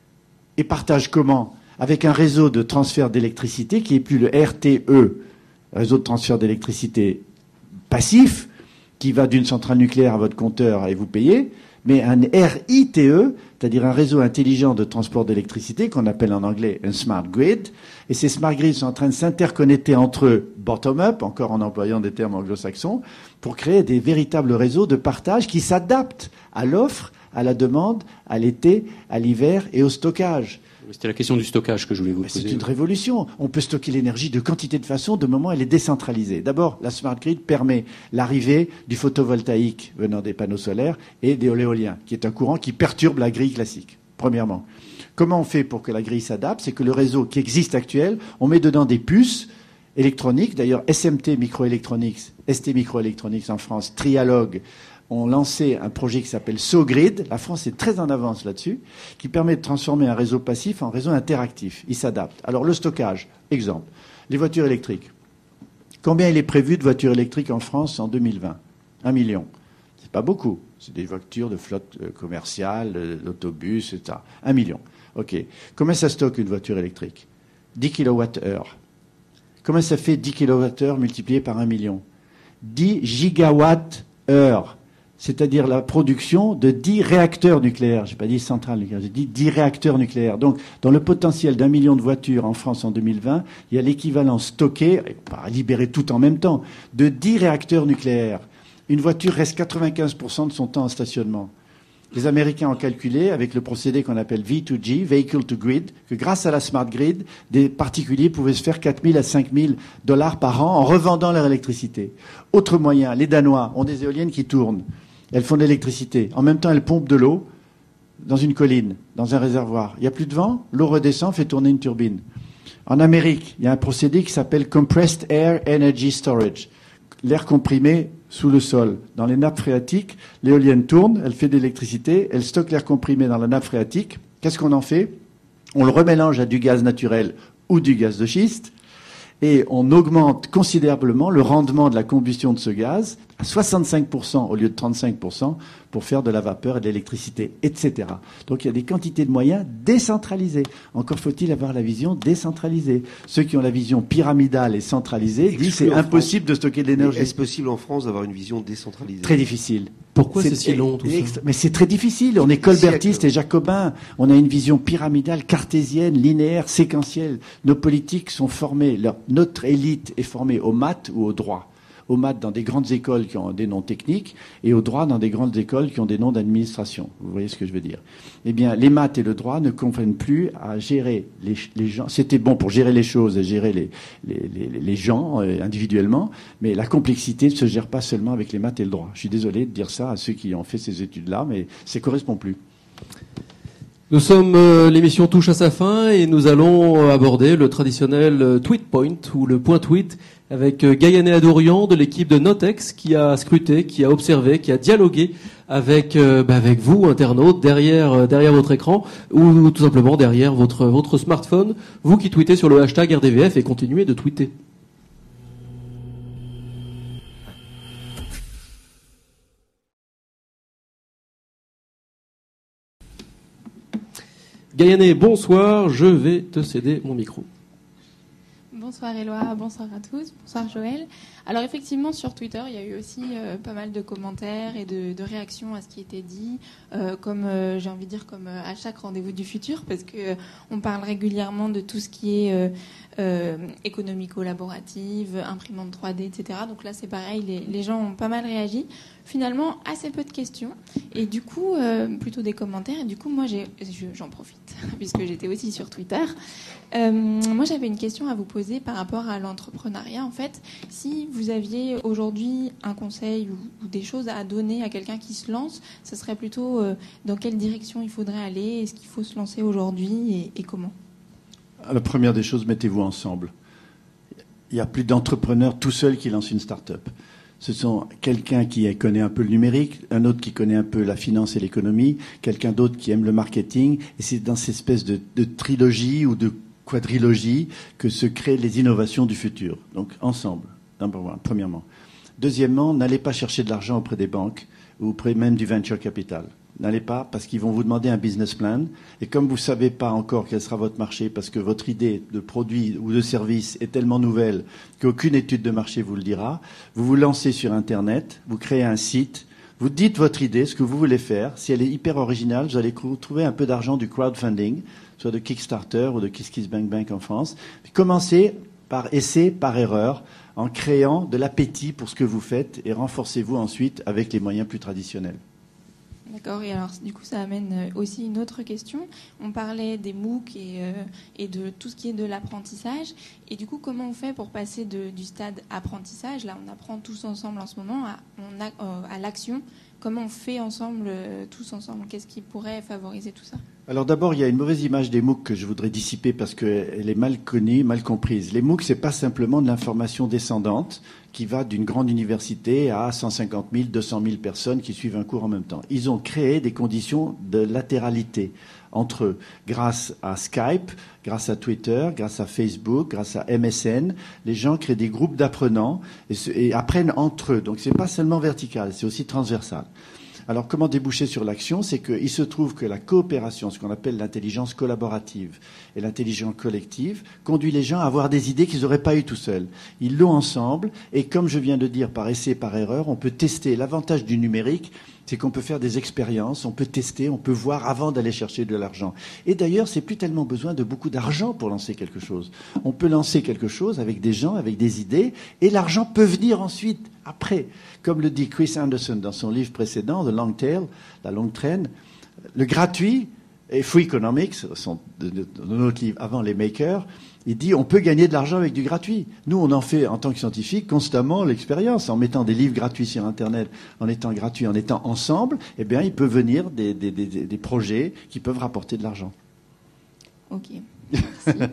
Et partage comment ? Avec un réseau de transfert d'électricité qui est plus le R T E, réseau de transfert d'électricité passif, qui va d'une centrale nucléaire à votre compteur et vous payez, mais un R I T E, c'est-à-dire un réseau intelligent de transport d'électricité qu'on appelle en anglais un smart grid. Et ces smart grids sont en train de s'interconnecter entre eux, bottom-up, encore en employant des termes anglo-saxons, pour créer des véritables réseaux de partage qui s'adaptent à l'offre, à la demande, à l'été, à l'hiver et au stockage. C'était la question du stockage que je voulais vous poser. C'est une révolution. On peut stocker l'énergie de quantité de façons, de moment elle est décentralisée. D'abord, la smart grid permet l'arrivée du photovoltaïque venant des panneaux solaires et de l'éolien, qui est un courant qui perturbe la grille classique, premièrement. Comment on fait pour que la grille s'adapte ? C'est que le réseau qui existe actuel, on met dedans des puces électroniques. D'ailleurs, S M T Microelectronics, S T Microelectronics en France, Trialog, ont lancé un projet qui s'appelle SoGrid. La France est très en avance là-dessus, qui permet de transformer un réseau passif en réseau interactif. Il s'adapte. Alors, le stockage, exemple, les voitures électriques. Combien il est prévu de voitures électriques en France en deux mille vingt ? Un million. C'est pas beaucoup. C'est des voitures de flotte commerciale, d'autobus, et cetera. Un million. OK. Combien ça stocke une voiture électrique ? dix kilowattheures. Combien ça fait dix kilowattheures multiplié par un million ? dix gigawattheures. C'est-à-dire la production de dix réacteurs nucléaires. Je n'ai pas dit centrales nucléaires, j'ai dit dix réacteurs nucléaires. Donc, dans le potentiel d'un million de voitures en France en deux mille vingt, il y a l'équivalent stocké, pas libéré tout en même temps, de dix réacteurs nucléaires. Une voiture reste quatre-vingt-quinze pour cent de son temps en stationnement. Les Américains ont calculé, avec le procédé qu'on appelle V deux G, Vehicle to Grid, que grâce à la Smart Grid, des particuliers pouvaient se faire quatre mille à cinq mille dollars par an en revendant leur électricité. Autre moyen, les Danois ont des éoliennes qui tournent. Elles font de l'électricité. En même temps, elles pompent de l'eau dans une colline, dans un réservoir. Il n'y a plus de vent, l'eau redescend, fait tourner une turbine. En Amérique, il y a un procédé qui s'appelle Compressed Air Energy Storage. L'air comprimé sous le sol. Dans les nappes phréatiques, l'éolienne tourne, elle fait de l'électricité, elle stocke l'air comprimé dans la nappe phréatique. Qu'est-ce qu'on en fait ? On le remélange à du gaz naturel ou du gaz de schiste et on augmente considérablement le rendement de la combustion de ce gaz à soixante-cinq pour cent au lieu de trente-cinq pour cent pour faire de la vapeur et de l'électricité, et cetera. Donc il y a des quantités de moyens décentralisés. Encore faut-il avoir la vision décentralisée. Ceux qui ont la vision pyramidale et centralisée disent c'est impossible de stocker de l'énergie. Est-ce possible en France d'avoir une vision décentralisée ? Très difficile. Pourquoi c'est, c'est si long tout extra... ça ? Mais c'est très difficile. On est colbertiste et jacobin. On a une vision pyramidale, cartésienne, linéaire, séquentielle. Nos politiques sont formés, leur... notre élite est formée aux maths ou au droit. aux maths dans des grandes écoles qui ont des noms techniques et au droit dans des grandes écoles qui ont des noms d'administration. Vous voyez ce que je veux dire? Eh bien, les maths et le droit ne conviennent plus à gérer les, les gens. C'était bon pour gérer les choses et gérer les, les, les, les gens euh, individuellement, mais la complexité ne se gère pas seulement avec les maths et le droit. Je suis désolé de dire ça à ceux qui ont fait ces études-là, mais ça ne correspond plus. Nous sommes, euh, l'émission touche à sa fin et nous allons aborder le traditionnel euh, tweet point ou le point tweet avec euh, Gaïané Adorian de l'équipe de Notex qui a scruté, qui a observé, qui a dialogué avec euh, bah, avec vous internautes derrière euh, derrière votre écran ou, ou tout simplement derrière votre votre smartphone, vous qui tweetez sur le hashtag R D V F et continuez de tweeter. Gaïané, bonsoir, je vais te céder mon micro. Bonsoir Éloi, bonsoir à tous, bonsoir Joël. Alors effectivement sur Twitter il y a eu aussi euh, pas mal de commentaires et de, de réactions à ce qui était dit, euh, comme euh, j'ai envie de dire comme euh, à chaque rendez-vous du futur, parce que euh, on parle régulièrement de tout ce qui est euh, euh, économie collaborative, imprimante trois D, et cetera. Donc là c'est pareil, les, les gens ont pas mal réagi. Finalement assez peu de questions et du coup euh, plutôt des commentaires et du coup moi j'ai, je, j'en profite puisque j'étais aussi sur Twitter. Euh, moi j'avais une question à vous poser par rapport à l'entrepreneuriat en fait. Si vous aviez aujourd'hui un conseil ou, ou des choses à donner à quelqu'un qui se lance, ce serait plutôt euh, dans quelle direction il faudrait aller, est-ce qu'il faut se lancer aujourd'hui et, et comment? La première des choses, mettez-vous ensemble. Il n'y a plus d'entrepreneurs tout seuls qui lancent une start-up. Ce sont quelqu'un qui connaît un peu le numérique, un autre qui connaît un peu la finance et l'économie, quelqu'un d'autre qui aime le marketing. Et c'est dans cette espèce de, de trilogie ou de quadrilogie que se créent les innovations du futur. Donc, ensemble, number one, premièrement. Deuxièmement, n'allez pas chercher de l'argent auprès des banques ou auprès même du venture capital. N'allez pas parce qu'ils vont vous demander un business plan. Et comme vous ne savez pas encore quel sera votre marché parce que votre idée de produit ou de service est tellement nouvelle qu'aucune étude de marché vous le dira, vous vous lancez sur Internet, vous créez un site, vous dites votre idée, ce que vous voulez faire. Si elle est hyper originale, vous allez trouver un peu d'argent du crowdfunding, soit de Kickstarter ou de KissKissBankBank en France. Puis commencez par essai, par erreur, en créant de l'appétit pour ce que vous faites et renforcez-vous ensuite avec les moyens plus traditionnels. D'accord, et alors du coup ça amène aussi une autre question. On parlait des MOOC et, euh, et de tout ce qui est de l'apprentissage. Et du coup, comment on fait pour passer de, du stade apprentissage, là on apprend tous ensemble en ce moment, à, on a, euh, à l'action? Comment on fait ensemble, euh, tous ensemble? Qu'est-ce qui pourrait favoriser tout ça? Alors d'abord, il y a une mauvaise image des MOOC que je voudrais dissiper parce qu'elle est mal connue, mal comprise. Les MOOC, c'est pas simplement de l'information descendante qui va d'une grande université à cent cinquante mille, deux cent mille personnes qui suivent un cours en même temps. Ils ont créé des conditions de latéralité entre eux, grâce à Skype, grâce à Twitter, grâce à Facebook, grâce à M S N. Les gens créent des groupes d'apprenants et, se, et apprennent entre eux. Donc c'est pas seulement vertical, c'est aussi transversal. Alors, comment déboucher sur l'action? C'est qu'il se trouve que la coopération, ce qu'on appelle l'intelligence collaborative et l'intelligence collective, conduit les gens à avoir des idées qu'ils n'auraient pas eues tout seuls. Ils l'ont ensemble, et comme je viens de dire, par essai, par erreur, on peut tester. L'avantage du numérique, c'est qu'on peut faire des expériences, on peut tester, on peut voir avant d'aller chercher de l'argent. Et d'ailleurs, c'est plus tellement besoin de beaucoup d'argent pour lancer quelque chose. On peut lancer quelque chose avec des gens, avec des idées, et l'argent peut venir ensuite, après. Comme le dit Chris Anderson dans son livre précédent, The Long Tail, la longue traîne, le gratuit, et Free Economics, son, de, de, de notre livre avant les makers, il dit on peut gagner de l'argent avec du gratuit. Nous, on en fait en tant que scientifiques constamment l'expérience, en mettant des livres gratuits sur Internet, en étant gratuits, en étant ensemble, eh bien, il peut venir des, des, des, des projets qui peuvent rapporter de l'argent. Ok. Merci.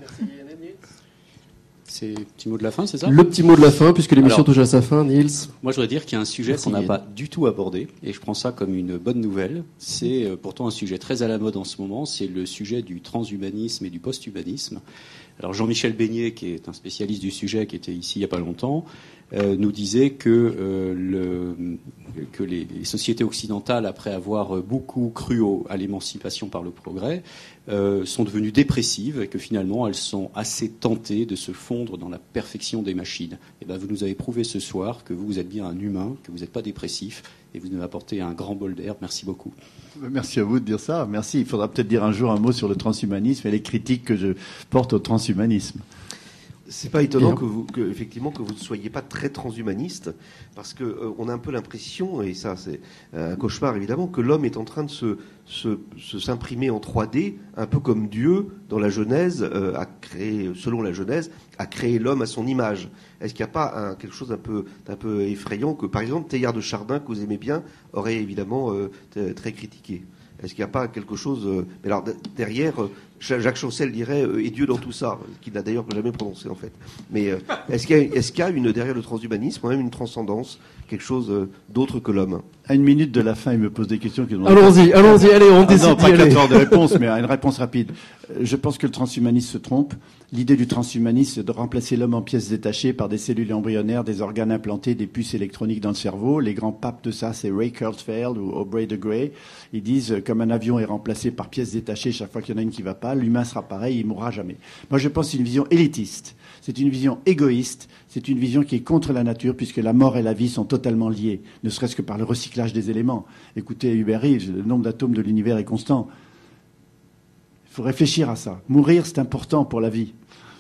C'est le petit mot de la fin, c'est ça? Le petit mot de la fin, puisque l'émission Alors, touche à sa fin, Niels. Moi, je voudrais dire qu'il y a un sujet Merci, qu'on n'a Yann. pas du tout abordé, et je prends ça comme une bonne nouvelle. C'est euh, pourtant un sujet très à la mode en ce moment, c'est le sujet du transhumanisme et du post-humanisme. Alors Jean-Michel Beignet, qui est un spécialiste du sujet, qui était ici il n'y a pas longtemps, euh, nous disait que, euh, le, que les, les sociétés occidentales, après avoir beaucoup cru au, à l'émancipation par le progrès, euh, sont devenues dépressives et que finalement elles sont assez tentées de se fondre dans la perfection des machines. Et ben, vous nous avez prouvé ce soir que vous, vous êtes bien un humain, que vous n'êtes pas dépressif, et vous nous avez apporté un grand bol d'air. Merci beaucoup. Merci à vous de dire ça. Merci. Il faudra peut-être dire un jour un mot sur le transhumanisme et les critiques que je porte au transhumanisme. C'est pas étonnant Bien. que vous, que, effectivement, que vous ne soyez pas très transhumaniste, parce que euh, on a un peu l'impression, et ça c'est un cauchemar évidemment, que l'homme est en train de se, se, se s'imprimer en trois D, un peu comme Dieu dans la Genèse euh, a créé, selon la Genèse, a créé l'homme à son image. Est-ce qu'il n'y a pas un, quelque chose d'un peu, d'un peu effrayant que, par exemple, Teilhard de Chardin, que vous aimez bien, aurait évidemment euh, t- très critiqué? Est-ce qu'il n'y a pas quelque chose... Euh, mais alors, derrière, euh, Jacques Chancel dirait euh, « Et Dieu dans tout ça », qu'il n'a d'ailleurs jamais prononcé, en fait. Mais euh, est-ce qu'il y a, est-ce qu'il y a une, derrière le transhumanisme, même une transcendance, quelque chose euh, d'autre que l'homme? À une minute de la fin, il me pose des questions. Qui Allons-y, allons-y, allez, on ah décide non, d'y pas aller. quatre heures de réponse, mais une réponse rapide. Je pense que le transhumanisme se trompe. L'idée du transhumanisme, c'est de remplacer l'homme en pièces détachées par des cellules embryonnaires, des organes implantés, des puces électroniques dans le cerveau. Les grands papes de ça, c'est Ray Kurzweil ou Aubrey de Grey. Ils disent, comme un avion est remplacé par pièces détachées chaque fois qu'il y en a une qui va pas, l'humain sera pareil, il mourra jamais. Moi, je pense que c'est une vision élitiste. C'est une vision égoïste. C'est une vision qui est contre la nature, puisque la mort et la vie sont totalement liées, ne serait-ce que par le recyclage des éléments. Écoutez, Hubert Reeves, le nombre d'atomes de l'univers est constant. Il faut réfléchir à ça. Mourir, c'est important pour la vie.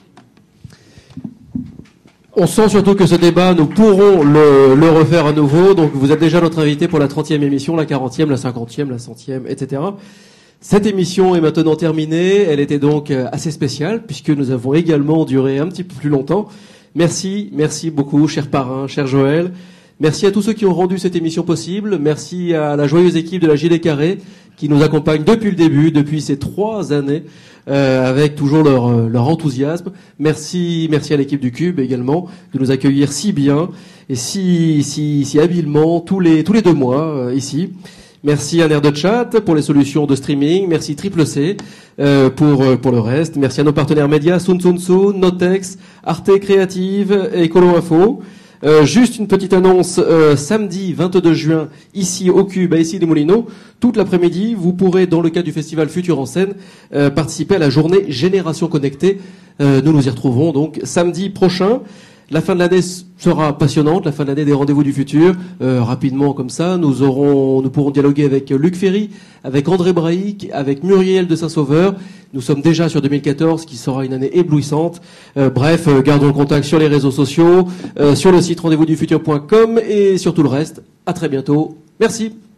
On sent surtout que ce débat, nous pourrons le, le refaire à nouveau. Donc vous êtes déjà notre invité pour la trentième émission, la quarantième, la cinquantième, la centième, et cetera. Cette émission est maintenant terminée. Elle était donc assez spéciale, puisque nous avons également duré un petit peu plus longtemps. Merci, merci beaucoup, cher parrain, cher Joël. Merci à tous ceux qui ont rendu cette émission possible. Merci à la joyeuse équipe de la Gilet Carré qui nous accompagne depuis le début, depuis ces trois années, euh, avec toujours leur, leur enthousiasme. Merci, merci à l'équipe du Cube également de nous accueillir si bien et si, si, si habilement tous les, tous les deux mois euh, ici. Merci à Nerf de Chat pour les solutions de streaming. Merci Triple C euh, pour euh, pour le reste. Merci à nos partenaires médias Sun Sun Sun, Notex, Arte Créative et Colo Info. Euh, juste une petite annonce, euh, samedi vingt-deux juin, ici au Cube, à Issy-les-Moulineaux, toute l'après-midi, vous pourrez, dans le cadre du festival Futur en scène, euh, participer à la journée Génération Connectée. Euh, nous nous y retrouverons donc samedi prochain. La fin de l'année sera passionnante, la fin de l'année des rendez-vous du futur. Euh, rapidement comme ça, nous aurons, nous pourrons dialoguer avec Luc Ferry, avec André Braic, avec Muriel de Saint-Sauveur. Nous sommes déjà sur deux mille quatorze, qui sera une année éblouissante. Euh, bref, euh, gardons le contact sur les réseaux sociaux, euh, sur le site rendez-vous du futur point com et sur tout le reste. À très bientôt. Merci.